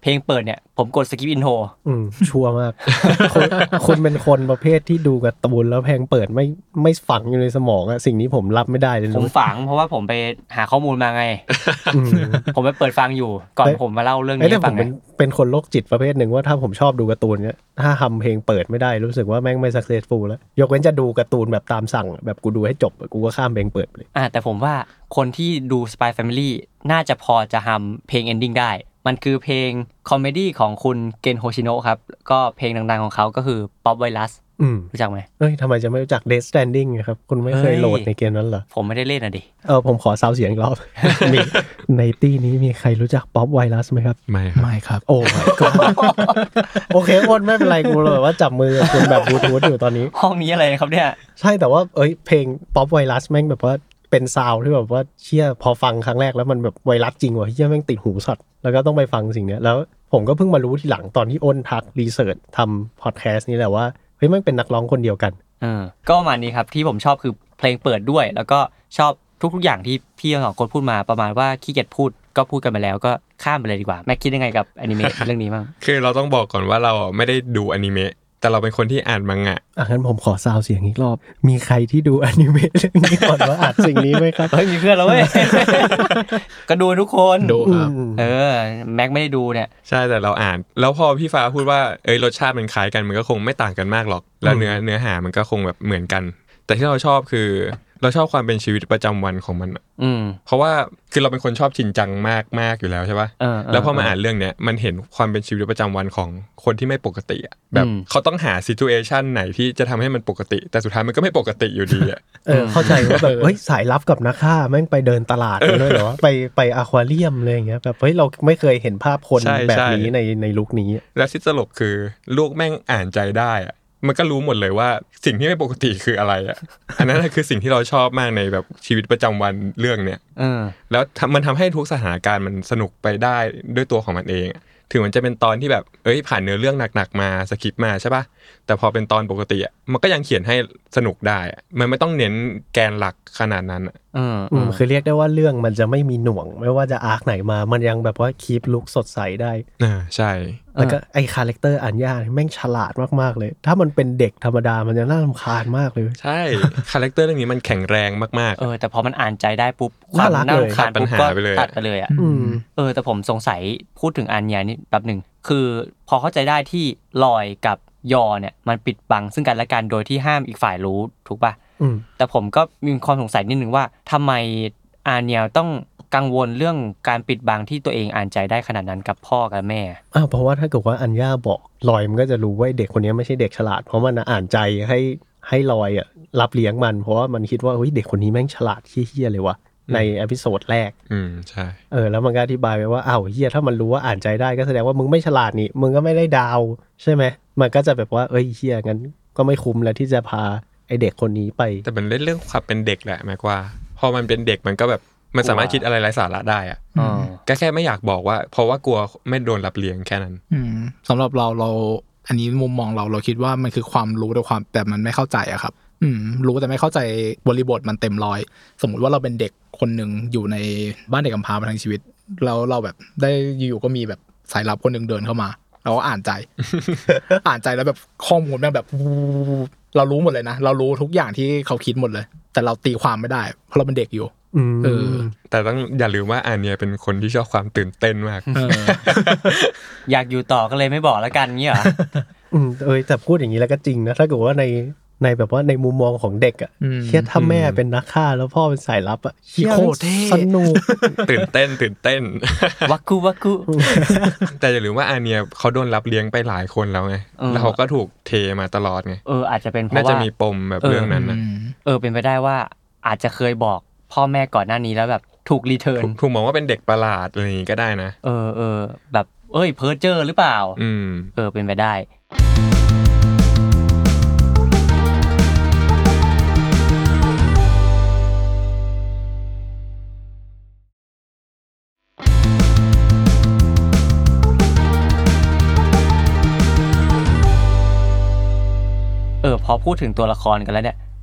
เพลงเปิดเนี่ยผมกดสกิปอินโทรชัวร์มาก คุณเป็นคนประเภทที่ดูการ์ตูนแล้วเพลงเปิดไม่ฝังอยู่ในสมองอะสิ่งนี้ผมรับไม่ได้เลยผมฝังเพราะว่าผมไปหาข้อมูลมาไงผมไปเปิดฟังอยู่ก่อนผมมาเล่าเรื่องนี้ฟังเป็นคนโรคจิตประเภทหนึ่งว่าถ้าผมชอบดูการ์ตูนเนี่ยถ้าทำเพลงเปิดไม่ได้รู้สึกว่าแม่งไม่ successful แล้วยกเว้นจะดูการ์ตูนแบบตามสั่งแบบกูดูให้จบกูก็ข้ามเพลงเปิดเลยแต่ผมว่าคนที่ดู Spy Family น่าจะพอจะทำเพลง ending ได้มันคือเพลงคอมเมดี้ของคุณเกนโฮชิโนะครับก็เพลงดังๆของเขาก็คือ Pop Virus รู้จักไหมทำไมจะไม่รู้จัก Death Stranding ครับคุณไม่เคยโหลดในเกมนั้นเหรอผมไม่ได้เล่นดิผมขอซาวเสียงอีกรอบ ในตี้นี้มีใครรู้จัก Pop Virus ไหมครับไม่ครับโอ้ my god โอเคอ้นไม่เป็นไรกูเลยว่าจับมือคุณแบบบลูทูธอยู่ตอนนี้ห้องนี้อะไรครับเนี่ยใช่แต่ว่าเพลง Pop Virus แม่งแบบว่าเป็นซาวด์ที่แบบว่าเชี่ยพอฟังครั้งแรกแล้วมันแบบไวรัสจริงว่ะเชี่ยแม่งติดหูสัตว์แล้วก็ต้องไปฟังสิ่งนี้แล้วผมก็เพิ่งมารู้ทีหลังตอนที่อ้นทักรีเสิร์ชทำพอดแคสต์นี่แหละว่าเฮ้ยแม่งเป็นนักร้องคนเดียวกันก็ประมาณนี้ครับที่ผมชอบคือเพลงเปิดด้วยแล้วก็ชอบทุกๆอย่างที่พี่ทั้งสองคนพูดมาประมาณว่าขี้เกียจพูดก็พูดกันไปแล้วก็ข้ามไปเลยดีกว่าแม็กคิดยังไงกับอนิเมะ เรื่องนี้บ้างคือเราต้องบอกก่อนว่าเราไม่ได้ดูอนิเมะแต่เราเป็นคนที่อ่านมังงะงั้นผมขอซาวเสียงอีกรอบมีใครที่ดูอนิเมะเรื่องนี้ก่อนว่าอ่านสิ่งนี้ไหมครับมีเพื่อนแล้วเว้ย ก็ดูทุกคนดูครับแม็กไม่ได้ดูเนี่ยใช่แต่เราอ่านแล้วพอพี่ฟ้าพูดว่ารสชาติมันคล้ายกันมันก็คงไม่ต่างกันมากหรอกแล้วเนื้อหามันก็คงแบบเหมือนกันแต่ที่เราชอบคือเราชอบความเป็นชีวิตประจำวันของมันเพราะว่าคือเราเป็นคนชอบชินจังมากอยู่แล้วใช่ป่ะแล้วพอมาอ่านเรื่องเนี้ยมันเห็นความเป็นชีวิตประจำวันของคนที่ไม่ปกติอ่ะแบบเขาต้องหาซิทูเอชันไหนที่จะทำให้มันปกติแต่สุดท้ายมันก็ไม่ปกติอยู่ดีอ่ะเข้าใจว่าแบบเฮ้ยสายลับกับนักฆ่าแม่งไปเดินตลาดเลยเหรอไปอควาเรียมอะไรอย่างเงี้ยแบบเฮ้ยเราไม่เคยเห็นภาพคนแบบนี้ในลุคนี้แล้วที่ตลกคือลูกแม่งอ่านใจได้อ่ะมันก็รู้หมดเลยว่าสิ่งที่ไม่ปกติคืออะไรอ่ะ อันนั้นคือสิ่งที่เราชอบมากในแบบชีวิตประจำวันเรื่องเนี้ยแล้วมันทำให้ทุกสถานการณ์มันสนุกไปได้ด้วยตัวของมันเองถึงมันจะเป็นตอนที่แบบผ่านเนื้อเรื่องหนักๆมาสคริปต์มาใช่ป่ะแต่พอเป็นตอนปกติอ่ะมันก็ยังเขียนให้สนุกได้อ่ะมันไม่ต้องเน้นแกนหลักขนาดนั้นอ่ะคือเรียกได้ว่าเรื่องมันจะไม่มีหน่วงไม่ว่าจะอาร์คไหนมามันยังแบบว่าคีปลุคสดใสได้ใช่แล้วก็ไอ้คาแรคเตอร์อัญญาแม่งฉลาดมากๆเลยถ้ามันเป็นเด็กธรรมดามันจะน่ารำคาญมากเลยใช่คาแรคเตอร์เรื่องนี้มันแข็งแรงมากๆแต่พอมันอ่านใจได้ปุ๊บความน่ารำคาญปุ๊บก็ตัดไปเลยอ่ะแต่ผมสงสัยพูดถึงอัญญานี่แป๊บนึงคือพอเข้าใจได้ที่ลอยกับยอเนี่ยมันปิดบังซึ่งกันและกันโดยที่ห้ามอีกฝ่ายรู้ถูกป่ะแต่ผมก็มีความสงสัยนิดนึงว่าทำไมอาเนียต้องกังวลเรื่องการปิดบังที่ตัวเองอ่านใจได้ขนาดนั้นกับพ่อกับแม่เพราะว่าถ้าเกิดว่าอัญญาบอกลอยมันก็จะรู้ว่าเด็กคนนี้ไม่ใช่เด็กฉลาดเพราะมันอ่านใจให้ลอยรับเลี้ยงมันเพราะว่ามันคิดว่าเฮ้ยเด็กคนนี้แม่งฉลาดเหี้ยเลยวะในเอพิโซดแรกใช่แล้วมันก็อธิบายไว้ว่าเหี้ยถ้ามันรู้ว่าอ่านใจได้ก็แสดงว่ามึงไม่ฉลาดนี่มึงก็ไม่ได้ดาวใช่ไหมมันก็จะแบบว่าเหี้ยงั้นก็ไม่คุ้มแล้วที่จะพาไอเด็กคนนี้ไปแต่เป็นเรื่องความเป็นเด็กแหละแม้ว่าพอมันเป็นเด็กมันก็แบบมันสามารถคิดอะไรไร้สาระได้อ่ะก็แค่ไม่อยากบอกว่าเพราะว่ากลัวไม่โดนรับเลี้ยงแค่นั้นสำหรับเราอันนี้มุมมองเราคิดว่ามันคือความรู้แต่มันไม่เข้าใจอะครับรู้แต่ไม่เข้าใจบริบทมันเต็มร้อยสมมุติว่าเราเป็นเด็กคนหนึ่งอยู่ในบ้านเด็กกำพร้ามาทั้งชีวิตแล้วเราแบบได้อยู่ก็มีแบบสายลับคนหนึ่งเดินเข้ามาเราก็อ่านใจ อ่านใจแล้วแบบข้อมูลแม่งแบบเรารู้หมดเลยนะเรารู้ทุกอย่างที่เขาคิดหมดเลยแต่เราตีความไม่ได้เพราะเราเป็นเด็กอยู่แต่ต้องอย่าลืมว่าอาเนียเป็นคนที่ชอบความตื่นเต้นมากอยากอยู่ต่อก็เลยไม่บอกแล้วกันงี้เหรอแต่พูดอย่างนี้แล้วก็จริงนะถ้าเกิดว่าในแบบว่าในมุมมองของเด็กอ่ะเชี่ยถ้าแม่เป็นนักฆ่าแล้วพ่อเป็นสายลับอ่ะโคตรเท่สนุกตื่นเต้นวักกุแต่อย่าลืมว่าอาเนียเขาโดนรับเลี้ยงไปหลายคนแล้วไงแล้วเขาก็ถูกเทมาตลอดไงอาจจะเป็นเพราะว่าน่าจะมีปมแบบเรื่องนั้นนะเป็นไปได้ว่าอาจจะเคยบอกพ่อแม่ก่อนหน้านี้แล้วแบบถูกรีเทิร์นถูกมองว่าเป็นเด็กประหลาดอะไรอย่างงี้ก็ได้นะแบบเพ้อเจ้อหรือเปล่าเป็นไปได้พอพูดถึงตัวละครกันแล้วเนี่ยอยาก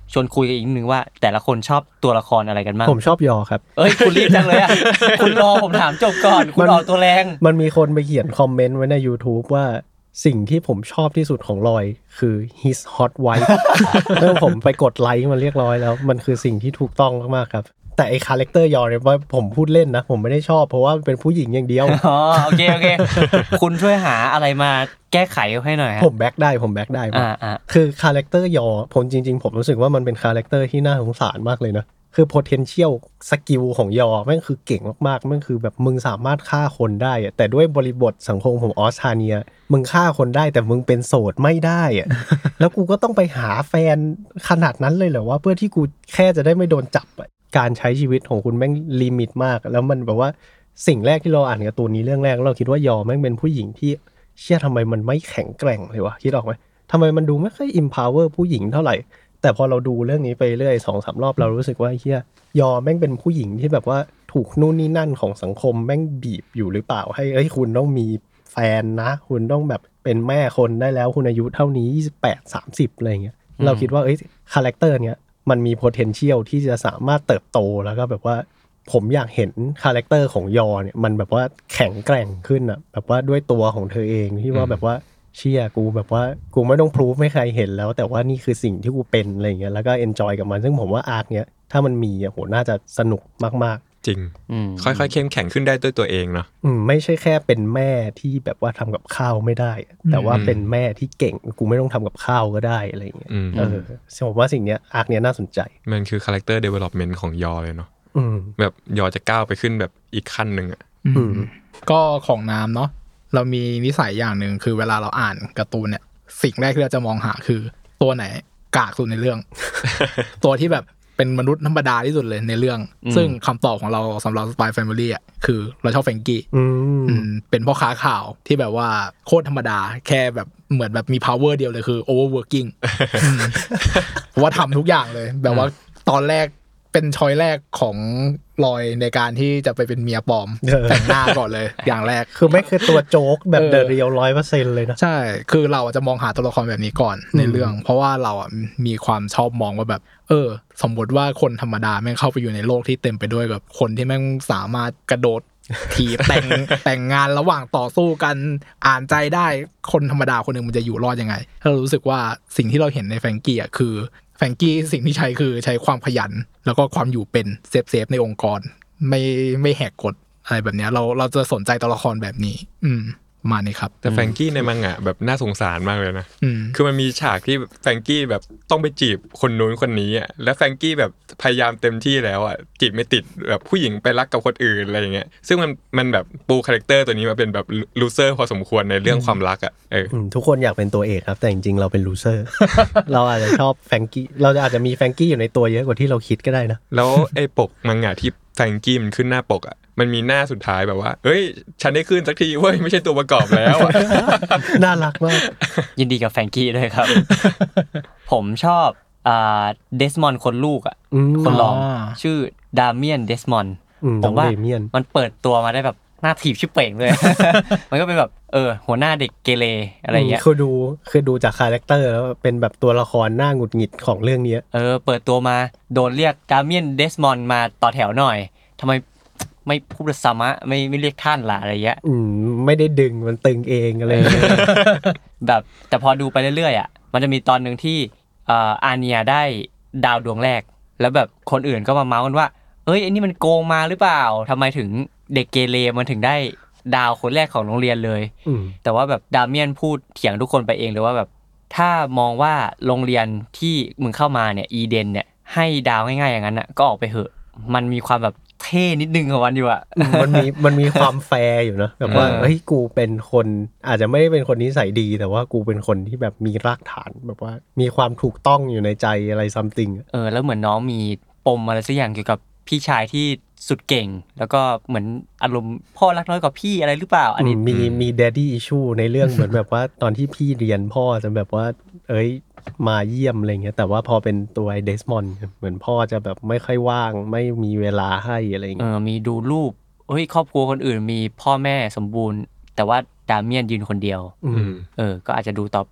ชวนคุยกันอีกนิดนึงว่าแต่ละคนชอบตัวละครอะไรกันบ้างผมชอบยอครับเอ้ยคุณรีบจังเลยอ่ะคุณรอผมถามจบก่อนคุณออกตัวแรงมันมีคนไปเขียนคอมเมนต์ไว้ใน YouTube ว่าสิ่งที่ผมชอบที่สุดของลอยคือ his hot wife แล้วผมไปกดไลค์มันเรียบร้อยแล้วมันคือสิ่งที่ถูกต้องมากๆครับแต่ไอ้คาแรคเตอร์ยอเนี่ยว่าผมพูดเล่นนะผมไม่ได้ชอบเพราะว่าเป็นผู้หญิงอย่างเดียวอ๋อโอเคคุณช่วยหาอะไรมาแก้ไขให้หน่อยผมแบ็คได้คือคาแรคเตอร์ยอผมจริงๆผมรู้สึกว่ามันเป็นคาแรคเตอร์ที่น่าสงสารมากเลยนะคือ potential สกิลของยอแม่งคือเก่งมากๆแม่งคือแบบมึงสามารถฆ่าคนได้แต่ด้วยบริบทสังคมของออสเตรเลียมึงฆ่าคนได้แต่มึงเป็นโสดไม่ได้อะแล้วกูก็ต้องไปหาแฟนขนาดนั้นเลยเหรอว่าเพื่อที่กูแค่จะได้ไม่โดนจับการใช้ชีวิตของคุณแม่งลิมิตมากแล้วมันแบบว่าสิ่งแรกที่เราอ่านการ์ตูนนี้เรื่องแรกเราคิดว่ายอแม่งเป็นผู้หญิงที่เชื่อทำไมมันไม่แข็งแกร่งเลยวะคิดออกไหมทำไมมันดูไม่ค่อย empower ผู้หญิงเท่าไหร่แต่พอเราดูเรื่องนี้ไปเรื่อย 2-3 รอบเรารู้สึกว่าเฮียยอแม่งเป็นผู้หญิงที่แบบว่าถูกนู่นนี่นั่นของสังคมแม่งบีบอยู่หรือเปล่าให้คุณต้องมีแฟนนะคุณต้องแบบเป็นแม่คนได้แล้วคุณอายุเท่านี้28-30อะไรเงี้ยเราคิดว่าคาแรคเตอร์เนี้ยมันมี potential ที่จะสามารถเติบโตแล้วก็แบบว่าผมอยากเห็นคาแรคเตอร์ของยอเนี่ยมันแบบว่าแข็งแกร่งขึ้นอ่ะแบบว่าด้วยตัวของเธอเองที่ว่าแบบว่าเชี่ยกูแบบว่ากูไม่ต้องพรูฟให้ใครเห็นแล้วแต่ว่านี่คือสิ่งที่กูเป็นอะไรเงี้ยแล้วก็เอนจอยกับมันซึ่งผมว่าอาร์คเนี้ยถ้ามันมีโหน่าจะสนุกมากๆจริงค่อยๆเข้มแข็งขึ้นได้ด้วยตัวเองเนาะไม่ใช่แค่เป็นแม่ที่แบบว่าทำกับข้าวไม่ได้แต่ว่าเป็นแม่ที่เก่งกูไม่ต้องทำกับข้าวก็ได้อะไรเงี้ยผมว่าสิ่งเนี้ยอาร์คเนี้ยน่าสนใจมันคือคาแรคเตอร์เดเวล็อปเมนต์ของยอเลยเนาะแบบยอจะก้าวไปขึ้นแบบอีกขั้นนึงอ่ะก็ของน้ำเนาะเรามีนิสัยอย่างหนึ่งคือเวลาเราอ่านการ์ตูนเนี่ยสิ่งแรกที่เราจะมองหาคือตัวไหนกากสุดในเรื่อง ตัวที่แบบเป็นมนุษย์ธรรมดาที่สุดเลยในเรื่องซึ่งคำตอบของเราสำหรับ Spy Family อ่ะคือเราชอบแฟรงกี้เป็นพ่อค้าข่าวที่แบบว่าโคตรธรรมดาแค่แบบเหมือนแบบมี power เดียวเลยคือ overworking เพราะว่าทำทุกอย่างเลยแบบว่าตอนแรกเป็นช้อยแรกของลอยในการที่จะไปเป็นเมียปลอมแต่งหน้าก่อนเลยอย่างแรกคือไม่คือตัวโจ๊กแบบเดอะเรียล 100% เลยนะใช่คือเราจะมองหาตัวละครแบบนี้ก่อนในเรื่องเพราะว่าเราอ่ะมีความชอบมองว่าแบบสมมติว่าคนธรรมดาแม่งเข้าไปอยู่ในโลกที่เต็มไปด้วยแบบคนที่แม่งสามารถกระโดดถีบแต่งงานระหว่างต่อสู้กันอ่านใจได้คนธรรมดาคนนึงมันจะอยู่รอดยังไงเรารู้สึกว่าสิ่งที่เราเห็นในแฟรงกี้อ่ะคือแฟรงกี้สิ่งที่ใช้คือใช้ความขยันแล้วก็ความอยู่เป็นเซฟในองค์กรไม่แหกกฎอะไรแบบนี้เราจะสนใจตัวละครแบบนี้มานี่ครับแต่แฟรงกี้ในมังงะแบบน่าสงสารมากเลยนะคือมันมีฉากที่แฟรงกี้แบบต้องไปจีบคนนู้นคนนี้อ่ะแล้วแฟรงกี้แบบพยายามเต็มที่แล้วอ่ะจีบไม่ติดแบบผู้หญิงไปรักกับคนอื่นอะไรอย่างเงี้ยซึ่งมันแบบปูคาแรคเตอร์ตัวนี้มาเป็นแบบลูเซอร์พอสมควรในเรื่องความรักอ่ะทุกคนอยากเป็นตัวเอกครับแต่จริงๆเราเป็นลูเซอร์ เราอาจจะชอบแฟรงกี้เราอาจจะมีแฟรงกี้อยู่ในตัวเยอะกว่าที่เราคิดก็ได้นะแล้วไอ้ปกมังงะที่แฟรงกี้มันขึ้นหน้าปกอ่ะมันมีหน้าสุดท้ายแบบว่าเฮ้ยฉันได้ขึ้นสักทีเว้ยไม่ใช่ตัวประกอบแล้วอ่ะน่ารักมากยินดีกับแฟรงกี้ด้วยครับ ผมชอบเดสมอนด์คนลูกอ่ะคนรองชื่อดาเมียนเดสมอนด์ผมว่ามันเปิดตัวมาได้แบบหน้าถีบชิบเป่งเลย มันก็เป็นแบบหัวหน้าเด็กเกเรอะไรเงี้ยคือดูจากคาแรคเตอร์แล้วเป็นแบบตัวละครหน้าหงุดหงิดของเรื่องนี้เปิดตัวมาโดนเรียกดาเมียนเดสมอนด์มาต่อแถวหน่อยทำไมไม่พูดสามะไม่เรียกท่านล่ะอะไรเงี้ยไม่ได้ดึงมันตึงเองอะไรแบบแต่พอดูไปเรื่อยๆอ่ะมันจะมีตอนนึงที่อาเนียได้ดาวดวงแรกแล้วแบบคนอื่นก็มาเมาส์กันว่าไอ้นี่มันโกงมาหรือเปล่าทำไมถึงเด็กเกเรมันถึงได้ดาวคนแรกของโรงเรียนเลยแต่ว่าแบบดาเมียนพูดเถียงทุกคนไปเองเลยว่าแบบถ้ามองว่าโรงเรียนที่มึงเข้ามาเนี่ยอีเดนเนี่ยให้ดาวง่ายๆอย่างนั้นน่ะก็ออกไปเหอะมันมีความแบบเท่นิดนึงของมันอยู่อ่ะมันมีความแฟร์อยู่นะแบบว่าเฮ้ยกูเป็นคนอาจจะไม่ได้เป็นคนนิสัยดีแต่ว่ากูเป็นคนที่แบบมีรากฐานแบบว่ามีความถูกต้องอยู่ในใจอะไรซัมติงแล้วเหมือนน้องมีปมอะไรสักอย่างเกี่ยวกับพี่ชายที่สุดเก่งแล้วก็เหมือนอารมณ์พ่อรักน้อยกว่าพี่อะไรหรือเปล่าอันนี้มีแดดดี้อิชชูในเรื่องเหมือนแบบว่าตอนที่พี่เรียนพ่อจะแบบว่ามาเยี่ยมอะไรเงี้ยแต่ว่าพอเป็นตัวไอเดสมอนด์เหมือนพ่อจะแบบไม่ค่อยว่างไม่มีเวลาให้อะไรเงี้ยมีดูรูปครอบครัวคนอื่นมีพ่อแม่สมบูรณ์แต่ว่าดาเมียนยืนคนเดียวก็อาจจะดูต่อไป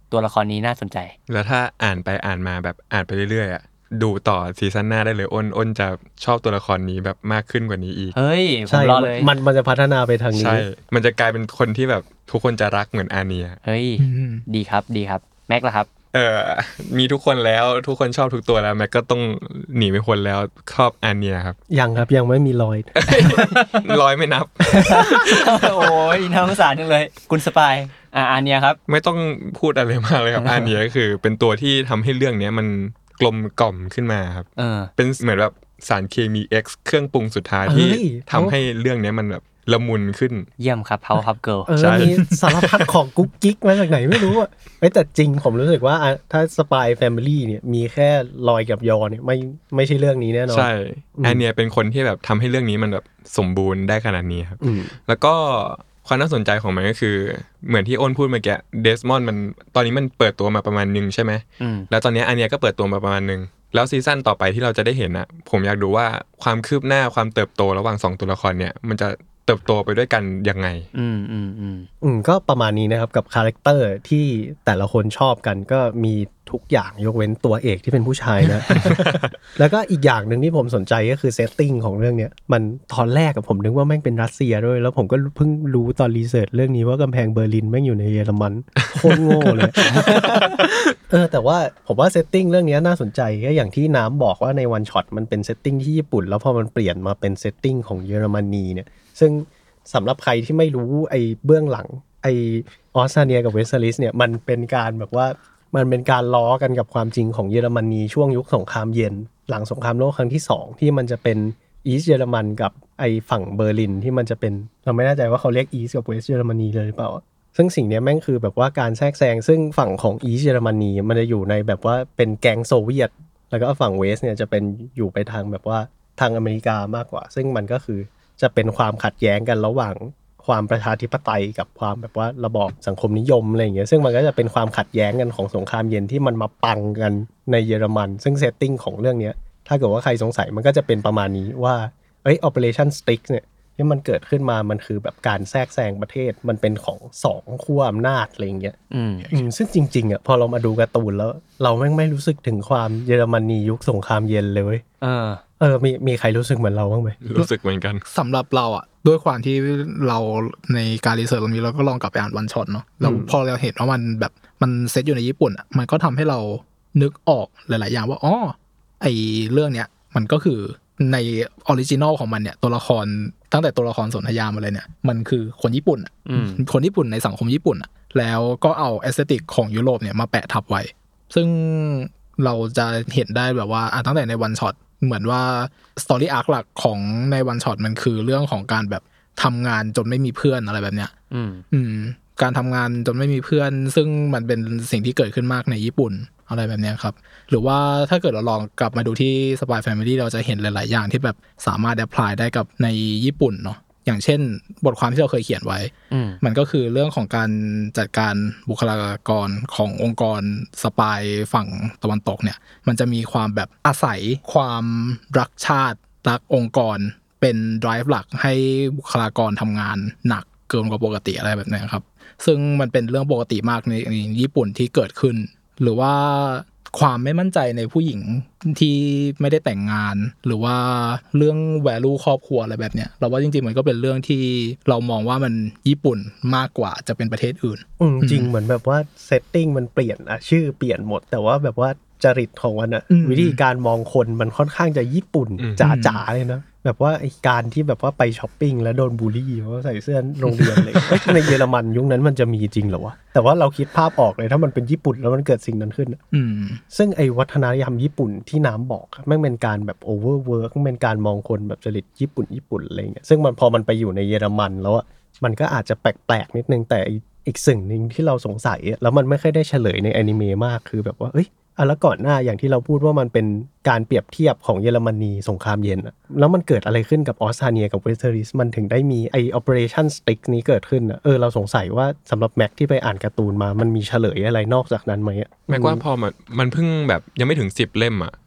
ตัวละครนี้น่าสนใจแล้วถ้าอ่านไปอ่านมาแบบอ่านไปเรื่อยๆอ่ะดูต่อซีซั่นหน้าได้เลยอ้นจะชอบตัวละครนี้แบบมากขึ้นกว่านี้อีกเฮ้ยผมรอเลยมันจะพัฒนาไปทางนี้ใช่มันจะกลายเป็นคนที่แบบทุกคนจะรักเหมือนอาเนียเฮ้ยดีครับแม็กล่ะครับมีทุกคนแล้วทุกคนชอบทุกตัวแล้วแม็กก็ต้องหนีไปคนแล้วชอบอาเนียครับยังไม่มีลอยไม่นับโอ้ยน่าสงสารจังเลยคุณสปายอาเนียครับไม่ต้องพูดอะไรมากเลยครับอาเนียก็คือเป็นตัวที่ทำให้เรื่องนี้มันกลมกล่อมขึ้นมาครับเป็นเหมือนแบบสารเคมี X เครื่องปรุงสุดท้ายที่ทำให้เรื่องนี้มันแบบละมุนขึ้นเยี่ยมครับ Powerpuff Girl ใช่มีสารพัดของกุ๊กกิ๊กมาจากไหนไม่รู้อ่ะแต่จริงผมรู้สึกว่าถ้า Spy Family เนี่ยมีแค่ลอยกับยอเนี่ยไม่ใช่เรื่องนี้แน่นอนใช่อันเนี้ยเป็นคนที่แบบทำให้เรื่องนี้มันแบบสมบูรณ์ได้ขนาดนี้ครับแล้วก็ความน่าสนใจของมันก็คือเหมือนที่อ้นพูดเมื่อกี้เดสมอนด์มันตอนนี้มันเปิดตัวมาประมาณนึงใช่ไหมแล้วตอนนี้อันเนี้ยก็เปิดตัวมาประมาณนึงแล้วซีซั่นต่อไปที่เราจะได้เห็นนะผมอยากดูว่าความคืบหน้าความเติบโตระหว่าง2ตัวละครเนี่ยมันจะเติบโตไปด้วยกันยังไงก็ประมาณนี้นะครับกับคาแรคเตอร์ที่แต่ละคนชอบกันก็มีทุกอย่างยกเว้นตัวเอกที่เป็นผู้ชายนะ แล้วก็อีกอย่างนึงที่ผมสนใจก็คือเซตติ้งของเรื่องเนี้ยมันตอนแรกผมนึกว่าแม่งเป็นรัสเซียด้วยแล้วผมก็เพิ่งรู้ตอนรีเสิร์ชเรื่องนี้ว่ากำแพงเบอร์ลินแม่งอยู่ในเยอรมันโคตรโง่เลย แต่ว่าผมว่าเซตติ้งเรื่องนี้น่าสนใจก็อย่างที่น้ำบอกว่าในวันช็อตมันเป็นเซตติ้งที่ญี่ปุ่นแล้วพอมันเปลี่ยนมาเป็นเซตติ้งของเยอรมนีเนี่ยซึ่งสำหรับใครที่ไม่รู้ไอ้เบื้องหลังไอ้ออสเตรเลียกับเวสต์ลิสเนี่ยมันเป็นการแบบว่ามันเป็นการล้อกันกับความจริงของเยอรมนีช่วงยุคสงครามเย็นหลังสงครามโลกครั้งที่2ที่มันจะเป็นอีสต์เยอรมันกับไอ้ฝั่งเบอร์ลินที่มันจะเป็นเราไม่แน่ใจว่าเขาเรียกอีสต์กับเวสต์เยอรมนีเลยหรือเปล่าซึ่งสิ่งนี้แม่งคือแบบว่าการแทรกแซงซึ่งฝั่งของอีสต์เยอรมนีมันจะอยู่ในแบบว่าเป็นแก๊งโซเวียตแล้วก็ฝั่งเวสต์เนี่ยจะเป็นอยู่ไปทางแบบว่าทางอเมริกามากกว่าซึ่งมันก็คือจะเป็นความขัดแย้งกันระหว่างความประชาธิปไตยกับความแบบว่าระบอบสังคมนิยมอะไรอย่างเงี้ยซึ่งมันก็จะเป็นความขัดแย้งกันของสงครามเย็นที่มันมาปังกันในเยอรมันซึ่งเซตติ้งของเรื่องนี้ถ้าเกิดว่าใครสงสัยมันก็จะเป็นประมาณนี้ว่าOperation Styx เนี่ยที่มันเกิดขึ้นมามันคือแบบการแทรกแซงประเทศมันเป็นของ2ขั้วอำนาจอะไรอย่างเงี้ยซึ่งจริงๆพอเรามาดูการ์ตูนแล้วเราไม่รู้สึกถึงความเยอรมนียุคสงครามเย็นเลยเว้ยมีใครรู้สึกเหมือนเราบ้างไหมรู้สึกเหมือนกันสำหรับเราด้วยความที่เราในการรีเสิร์ชตรงนี้เราก็ลองกลับไปอ่านวันช็อตเนาะแล้วพอเราเห็นว่ามันแบบมันเซตอยู่ในญี่ปุ่นมันก็ทำให้เรานึกออกหลายๆอย่างว่าไอเรื่องเนี้ยมันก็คือในออริจินอลของมันเนี่ยตัวละครตั้งแต่ตัวละครสนธยามาเลยเนี่ยมันคือคนญี่ปุ่นคนญี่ปุ่นในสังคมญี่ปุ่นแล้วก็เอาแอสเธติกของยุโรปเนี่ยมาแปะทับไว้ซึ่งเราจะเห็นได้แบบว่าตั้งแต่ในวันช็อตเหมือนว่าสตอรี่อาร์คหลักของในวันช็อตมันคือเรื่องของการแบบทำงานจนไม่มีเพื่อนอะไรแบบเนี้ยการทำงานจนไม่มีเพื่อนซึ่งมันเป็นสิ่งที่เกิดขึ้นมากในญี่ปุ่นอะไรแบบนี้ครับหรือว่าถ้าเกิดเราลองกลับมาดูที่ Spy Family เราจะเห็นหลายๆอย่างที่แบบสามารถแอพพลายได้กับในญี่ปุ่นเนาะอย่างเช่นบทความที่เราเคยเขียนไว้มันก็คือเรื่องของการจัดการบุคลากรขององค์กรสปายฝั่งตะวันตกเนี่ยมันจะมีความแบบอาศัยความรักชาติรักองค์กรเป็น drive หลักให้บุคลากรทำงานหนักเกินกว่าปกติอะไรแบบนี้ครับซึ่งมันเป็นเรื่องปกติมากในญี่ปุ่นที่เกิดขึ้นหรือว่าความไม่มั่นใจในผู้หญิงที่ไม่ได้แต่งงานหรือว่าเรื่อง value ครอบครัวอะไรแบบเนี้ยเราว่าจริงๆมันก็เป็นเรื่องที่เรามองว่ามันญี่ปุ่นมากกว่าจะเป็นประเทศอื่นจริงเหมือนแบบว่าเซตติ้งมันเปลี่ยนชื่อเปลี่ยนหมดแต่ว่าแบบว่าจริตของมันวิธีการมองคนมันค่อนข้างจะญี่ปุ่นจ๋าๆเลยนะแบบว่าไอ้การที่แบบว่าไปช้อปปิ้งแล้วโดนบูลลี่เพราะใส่เสื้อโรงเรียนเลยในเยอรมันยุคนั้นมันจะมีจริงเหรอวะแต่ว่าเราคิดภาพออกเลยถ้ามันเป็นญี่ปุ่นแล้วมันเกิดสิ่งนั้นขึ้นซึ่งไอ้วัฒนธรรมญี่ปุ่นที่น้ำบอกแม่งเป็นการแบบโอเวอร์เวิร์กเป็นการมองคนแบบจริตญี่ปุ่นอะไรเงี้ยซึ่งมันพอมันไปอยู่ในเยอรมันแล้วมันก็อาจจะแปลกๆนิดนึงแต่อีกสิ่งนึงที่เราสงสัยแล้วมันไม่ค่อยได้เฉลยในอนิเมะมากคือแบบว่าแล้วก่อนหน้าอย่างที่เราพูดว่ามันเป็นการเปรียบเทียบของเยอรมนีสงครามเย็นแล้วมันเกิดอะไรขึ้นกับออสเตรเลียกับเวสเทอริสมันถึงได้มีไอ้ Operation Styx นี้เกิดขึ้นเราสงสัยว่าสำหรับแม็กที่ไปอ่านการ์ตูนมามันมีเฉลยอะไรนอกจากนั้นไหมแม็กว่าพอมันเพิ่งแบบยังไม่ถึง10เล่ม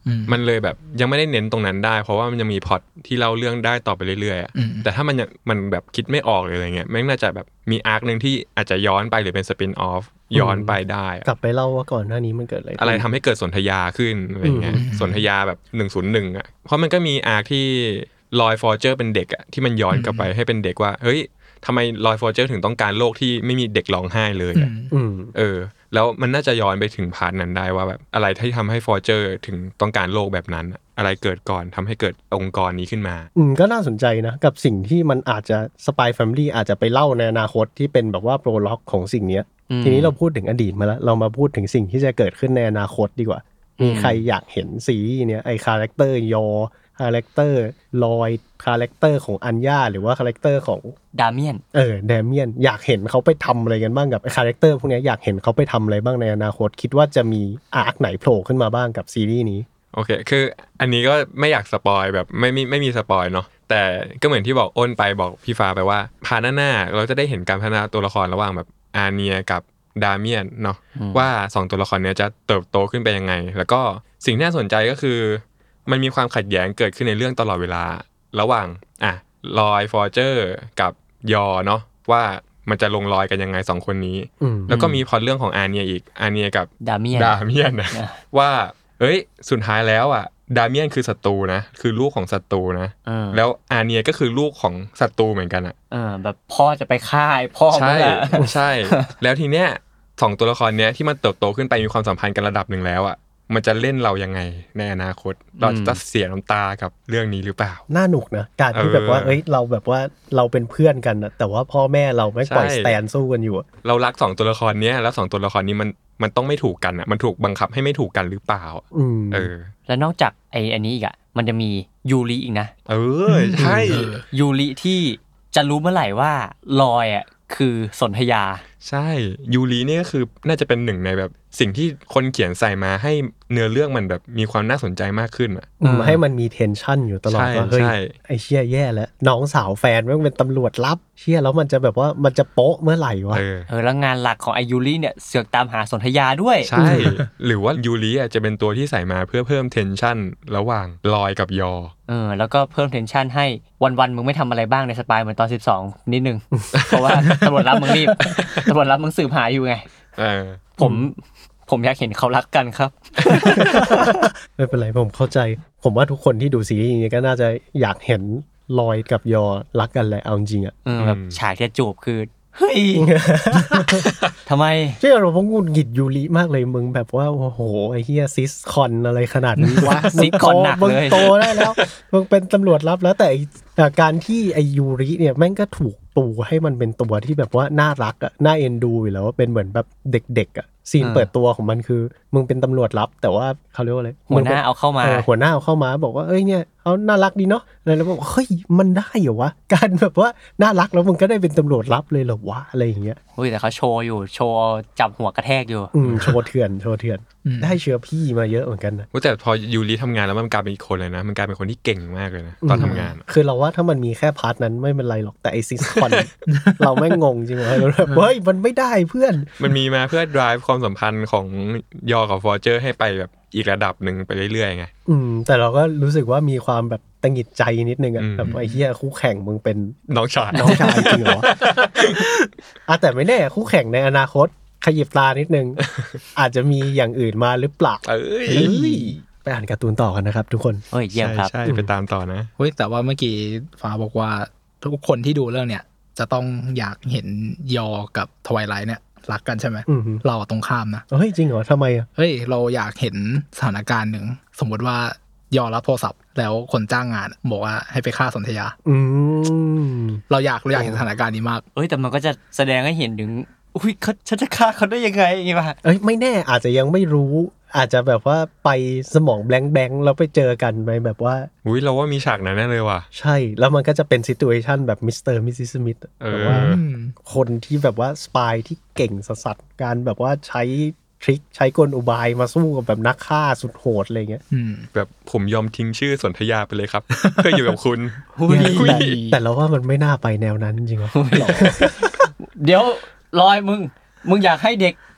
มันเลยแบบยังไม่ได้เน้นตรงนั้นได้เพราะว่ามันยังมีพล็อตที่เล่าเรื่องได้ต่อไปเรื่อยๆแต่ถ้ามันแบบคิดไม่ออกเลยอะไรเงี้ยแม่งน่าจะแบบมีอาร์คนึงที่อาจจะย้อนไปหรือเป็นสปินออฟย้อนไปได้กลับไปเล่าว่าก่อนหน้านี้มันเกิดอะไรทำให้เกิดสนธยาขึ้นอะไรเงี้ยสนธยาแบบ101อ่ะเพราะมันก็มีอาร์คที่ลอยฟอร์เจอร์เป็นเด็กอ่ะที่มันย้อนกลับไปให้เป็นเด็กว่าเฮ้ยทำไมลอยฟอร์เจอร์ถึงต้องการโลกที่ไม่มีเด็กร้องไห้เลยอ่ะแล้วมันน่าจะย้อนไปถึงพาร์ทนั้นได้ว่าแบบอะไรที่ทำให้ฟอร์เจอร์ถึงต้องการโลกแบบนั้นอะไรเกิดก่อนทำให้เกิดองค์กรนี้ขึ้นมาก็น่าสนใจนะกับสิ่งที่มันอาจจะ Spy Family อาจจะไปเล่าในอนาคตที่เป็นแบบว่าโปรล็อกของสิ่งนี้ทีนี้เราพูดถึงอดีตมาแล้วเรามาพูดถึงสิ่งที่จะเกิดขึ้นในอนาคตดีกว่ามีใครอยากเห็นซีรีส์เนี้ยไอ้คาแรคเตอร์ยอคาแรคเตอร์ลอยคาแรคเตอร์ของอัญญาหรือว่าคาแรคเตอร์ของดาเมียนดาเมียนอยากเห็นเขาไปทำอะไรกันบ้างกับคาแรคเตอร์พวกนี้อยากเห็นเขาไปทำอะไรบ้างในอนาคตคิดว่าจะมีอาร์คไหนโผล่ขึ้นมาบ้างกับซีรีส์นี้โอเคคืออันนี้ก็ไม่อยากสปอยแบบไม่มีสปอยเนาะแต่ก็เหมือนที่บอกอ้นไปบอกพี่ฟ้าไปว่าพาร์ทหน้าเราจะได้เห็นการพัฒนาตัวละครระหว่างแบบอาเนียกับดาเมียนเนาะว่า2ตัวละครนี้จะเติบโตขึ้นไปยังไงแล้วก็สิ่งที่น่าสนใจก็คือมันมีความขัดแย้งเกิดขึ้นในเรื่องตลอดเวลาระหว่างลอยฟอร์เจอร์กับยอเนาะว่ามันจะลงรอยกันยังไง2คนนี้แล้วก็มีพล็อตเรื่องของอาเนียอีกอาเนียกับดาเมียนนะว่าเอ้ยสุดท้ายแล้วดาเมียนคือศัตรูนะคือลูกของศัตรูนะแล้วอาเนียก็คือลูกของศัตรูเหมือนกันแบบพ่อจะไปฆ่าพ่อใช่แล้วทีเนี้ย2ตัวละครเนี้ยที่มันเติบโตขึ้นไปมีความสัมพันธ์กันระดับนึงแล้วมันจะเล่นเรายังไงในอนาคตเราจะเสียน้ำตากับเรื่องนี้หรือเปล่าน่าหนุกนะการที่แบบว่าเราแบบว่าเราเป็นเพื่อนกันแต่ว่าพ่อแม่เราไม่ปล่อยสแตนสู้กันอยู่เรารัก2ตัวละครนี้แล้ว2ตัวละครนี้มันต้องไม่ถูกกันมันถูกบังคับให้ไม่ถูกกันหรือเปล่าแล้วนอกจากอันนี้อีกมันจะมียูริอีกนะใช่ยูริที่จะรู้เมื่อไหร่ว่าลอยคือสนธยาใช่ยูรินี่ก็คือน่าจะเป็นหนึ่งในแบบสิ่งที่คนเขียนใส่มาให้เนื้อเรื่องมันแบบมีความน่าสนใจมากขึ้นให้มันมีเทนชั่นอยู่ตลอดว่าเฮ้ยไอ้เชี่ยแย่แล้วน้องสาวแฟนมันเป็นตำรวจลับเชี่ยแล้วมันจะแบบว่ามันจะโป๊ะเมื่อไหร่วะแล้วงานหลักของไอยูริเนี่ยเสือกตามหาสนธยาด้วยใช่หรือว่ายูริจะเป็นตัวที่ใส่มาเพื่อเพิ่มเทนชั่นระหว่างลอยกับยอแล้วก็เพิ่มเทนชั่นให้วันๆมึงไม่ทำอะไรบ้างในสปายเหมือนตอน12นิดนึง เพราะว่าตำรวจรับมึงรีบตำรวจรับมึงสืบหาอยู่ไงผมอยากเห็นเขารักกันครับไม่เป็นไรผมเข้าใจผมว่าทุกคนที่ดูซีรีส์นี้ก็น่าจะอยากเห็นลอยกับยอรักกันแหละเอาจริงแบบฉากที่จูบคือเฮ้ย ทำไมเชื่อเราพงกุดหงิดยูริมากเลยมึงแบบว่าโอ้โหไอ้เหี้ยซิสคอนอะไรขนาดนี้วะซิสคอนหนักเลยมึงโตได้แล้วมึงเป็นตำรวจลับแล้วแต่การที่ไอ้ยูริเนี่ยแม่งก็ถูกปูให้มันเป็นตัวที่แบบว่าน่ารักน่าเอ็นดูอยู่แล้วว่าเป็นเหมือนแบบเด็กๆซีนเปิดตัวของมันคือมึงเป็นตำรวจลับแต่ว่าเขาเรียกว่าอะไรหัวหน้าเอาเข้ามาหัวหน้าเอาเข้ามาบอกว่าเอ้ยเนี่ยเขาน่ารักดีเนาะอะไรแล้วบอกเฮ้ยมันได้เหรอวะการแบบว่าน่ารักแล้วมึงก็ได้เป็นตำรวจลับเลยเหรอวะอะไรอย่างเงี้ยเฮ้ยแต่เขาโชว์อยู่โชว์จับหัวกระแทกอยู่โชว์เถื่อนได้เชื้อพี่มาเยอะเหมือนกันนะแต่พอยูริทำงานแล้วมันกลายเป็นอีกคนเลยนะมันกลายเป็นคนที่เก่งมากเลยนะตอนทำงานคือเราว่าถ้ามันมีแค่พาร์ทนั้นไม่เป็นไรหรอกแต่ไอซิสคอน เราไม่งงจริงวะเราแบบเฮ้ยมันไม่ได้เพื่อนมันมีมาเพื่อ drive ความสัมพันธ์ของยอกับฟอร์เจอร์ให้ไปแบบอีกระดับหนึ่งไปเรื่อยๆไงแต่เราก็รู้สึกว่ามีความแบบตังหิดใจนิดนึงแบบไอ้เหี้ยคู่แข่งมึงเป็นน้องชายจริงเหรอแต่ไม่แน่คู่แข่งในอนาคตขยิบตานิดนึง อาจจะมีอย่างอื่นมาหรือเปล่าไปอ่านการ์ตูนต่อกันนะครับทุกคนเยี่ยมครับใช่ไปตามต่อนะแต่ว่าเมื่อกี้ฟ้าบอกว่าทุกคนที่ดูเรื่องเนี้ยจะต้องอยากเห็นยอกับทไวไลท์เนี่ยรักกันใช่ไหมเราตรงข้ามนะเฮ้ยจริงเหรอทำไมเราอยากเห็นสถานการณ์หนึ่งสมมติว่ายอรับโทรศัพท์แล้วคนจ้างงานบอกว่าให้ไปฆ่าสนธยาเราอยากเห็นสถานการณ์นี้มากแต่มันก็จะแสดงให้เห็นถึงอุ้ยฉันจะฆ่าเขาได้ยังไงอย่างงี้ป่ะไม่แน่อาจจะยังไม่รู้อาจจะแบบว่าไปสมองแบงค์แล้วไปเจอกันไปแบบว่าเราว่ามีฉากนั้นแน่เลยว่ะใช่แล้วมันก็จะเป็นซิทูเอชั่นแบบมิสเตอร์มิสซิสสมิธแบบว่าคนที่แบบว่าสปายที่เก่งสัสๆการแบบว่าใช้ทริคใช้กลอุบายมาสู้กับแบบนักฆ่าสุดโหดอะไรเงี้ยแบบผมยอมทิ้งชื่อสนธยาไปเลยครับ เพื่ออยู่กับคุณแต่เราว่ามันไม่น่าไปแนวนั้นจริงๆเดี๋ยวลอยมึงอยากให้เด็ก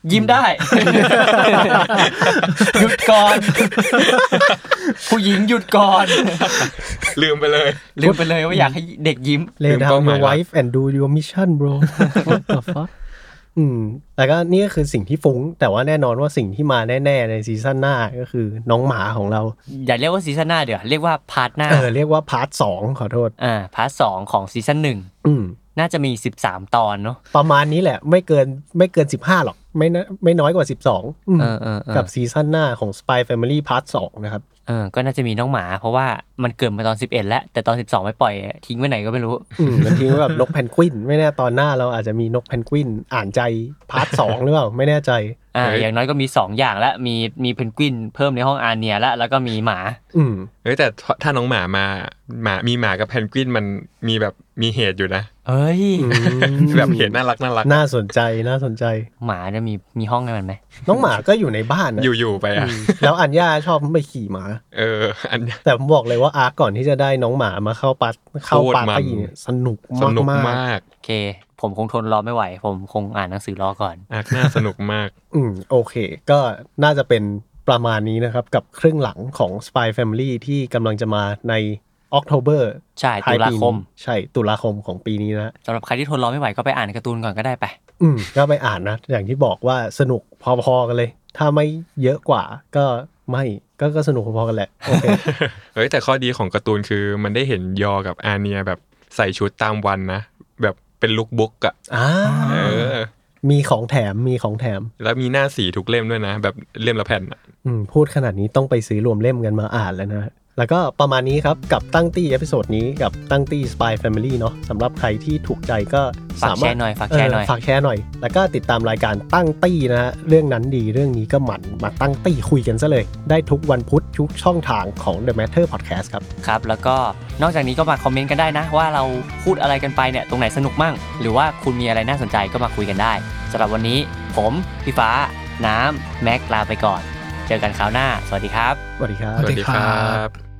ยิ้มได้ หยุดก่อน ผู้หญิงหยุดก่อนลืมไปเลยว่าอยากให้เด็กยิ้ม Lay down your wife and do your mission bro what the fuck แต่ก็นี่ก็คือสิ่งที่ฟุ้งแต่ว่าแน่นอนว่าสิ่งที่มาแน่ๆในซีซั่นหน้าก็คือน้องหมาของเราอย่าเรียกว่าซีซั่นหน้าเดี๋ยวเรียกว่าพาร์ทหน้าเรียกว่าพาร์ท2ขอโทษพาร์ท2ของซีซั่น1น่าจะมี13ตอนเนาะประมาณนี้แหละไม่เกิน15หรอกไม่น้อยกว่า12กับซีซั่นหน้าของ Spy Family Part 2นะครับก็น่าจะมีน้องหมาเพราะว่ามันเกิดมาตอน11แล้วแต่ตอน12ไม่ปล่อยทิ้งไว้ไหนก็ไม่รู้มันทิ้งไว้แบบนกแพนกวินไม่แน่ตอนหน้าเราอาจจะมีนกแพนกวินอ่านใจพาร์ท2หรือเปล่าไม่แน่ใจอย่างน้อยก็มี2อย่างแล้วมีเพนกวินเพิ่มในห้องอาเนียแล้วก็มีหมาแต่ถ้าน้องหมามามีหมากับเพนกวินมันมีแบบมีเหตุอยู่นะแบบเหตุน่ารักน่าสนใจหมาจะมีห้องให้มันไหมน้องหมาก็อยู่ในบ้านอยู่ไปแล้วอัญญาชอบไปขี่หมาแต่ผมบอกเลยว่าอาร์คก่อนที่จะได้น้องหมามาเข้าปาร์ตี้สนุกมากโอเคผมคงทนรอไม่ไหวผมคงอ่านหนังสือรอก่อนอาร์คน่าสนุกมากโอเคก็น่าจะเป็นประมาณนี้นะครับกับครึ่งหลังของ Spy Family ที่กำลังจะมาในOctober ใช่ตุลาคมของปีนี้นะสำหรับใครที่ทนรอไม่ไหวก็ไปอ่านการ์ตูนก่อนก็ได้ไปก็ไปอ่านนะอย่างที่บอกว่าสนุกพอๆกันเลยถ้าไม่เยอะกว่าก็ไม่ก็สนุกพอๆกันแหละโอเคแต่ข้อดีของการ์ตูนคือมันได้เห็นยอกับอาเนียแบบใส่ชุดตามวันนะแบบเป็นลุคบุ๊กอ่ะมีของแถมแล้วมีหน้าสีทุกเล่มด้วยนะแบบเล่มละแผ่นพูดขนาดนี้ต้องไปซื้อรวมเล่มกันมาอ่านแล้วนะแล้วก็ประมาณนี้ครับกับตั้งตี้เอพิโซดนี้กับตั้งตี้ Spy Family เนาะสำหรับใครที่ถูกใจก็สามารถฝากแชร์หน่อยแล้วก็ติดตามรายการตั้งตี้นะฮะเรื่องนั้นดีเรื่องนี้ก็หมั่นมาตั้งตี้คุยกันซะเลยได้ทุกวันพุธทุกช่องทางของ The Matter Podcast ครับแล้วก็นอกจากนี้ก็มาคอมเมนต์กันได้นะว่าเราพูดอะไรกันไปเนี่ยตรงไหนสนุกมั่งหรือว่าคุณมีอะไรน่าสนใจก็มาคุยกันได้สำหรับวันนี้ผมพี่ฟ้าน้ำแม็กลาไปก่อนเจอกันคราวหน้าสวัสดีครับสวัสดีครับ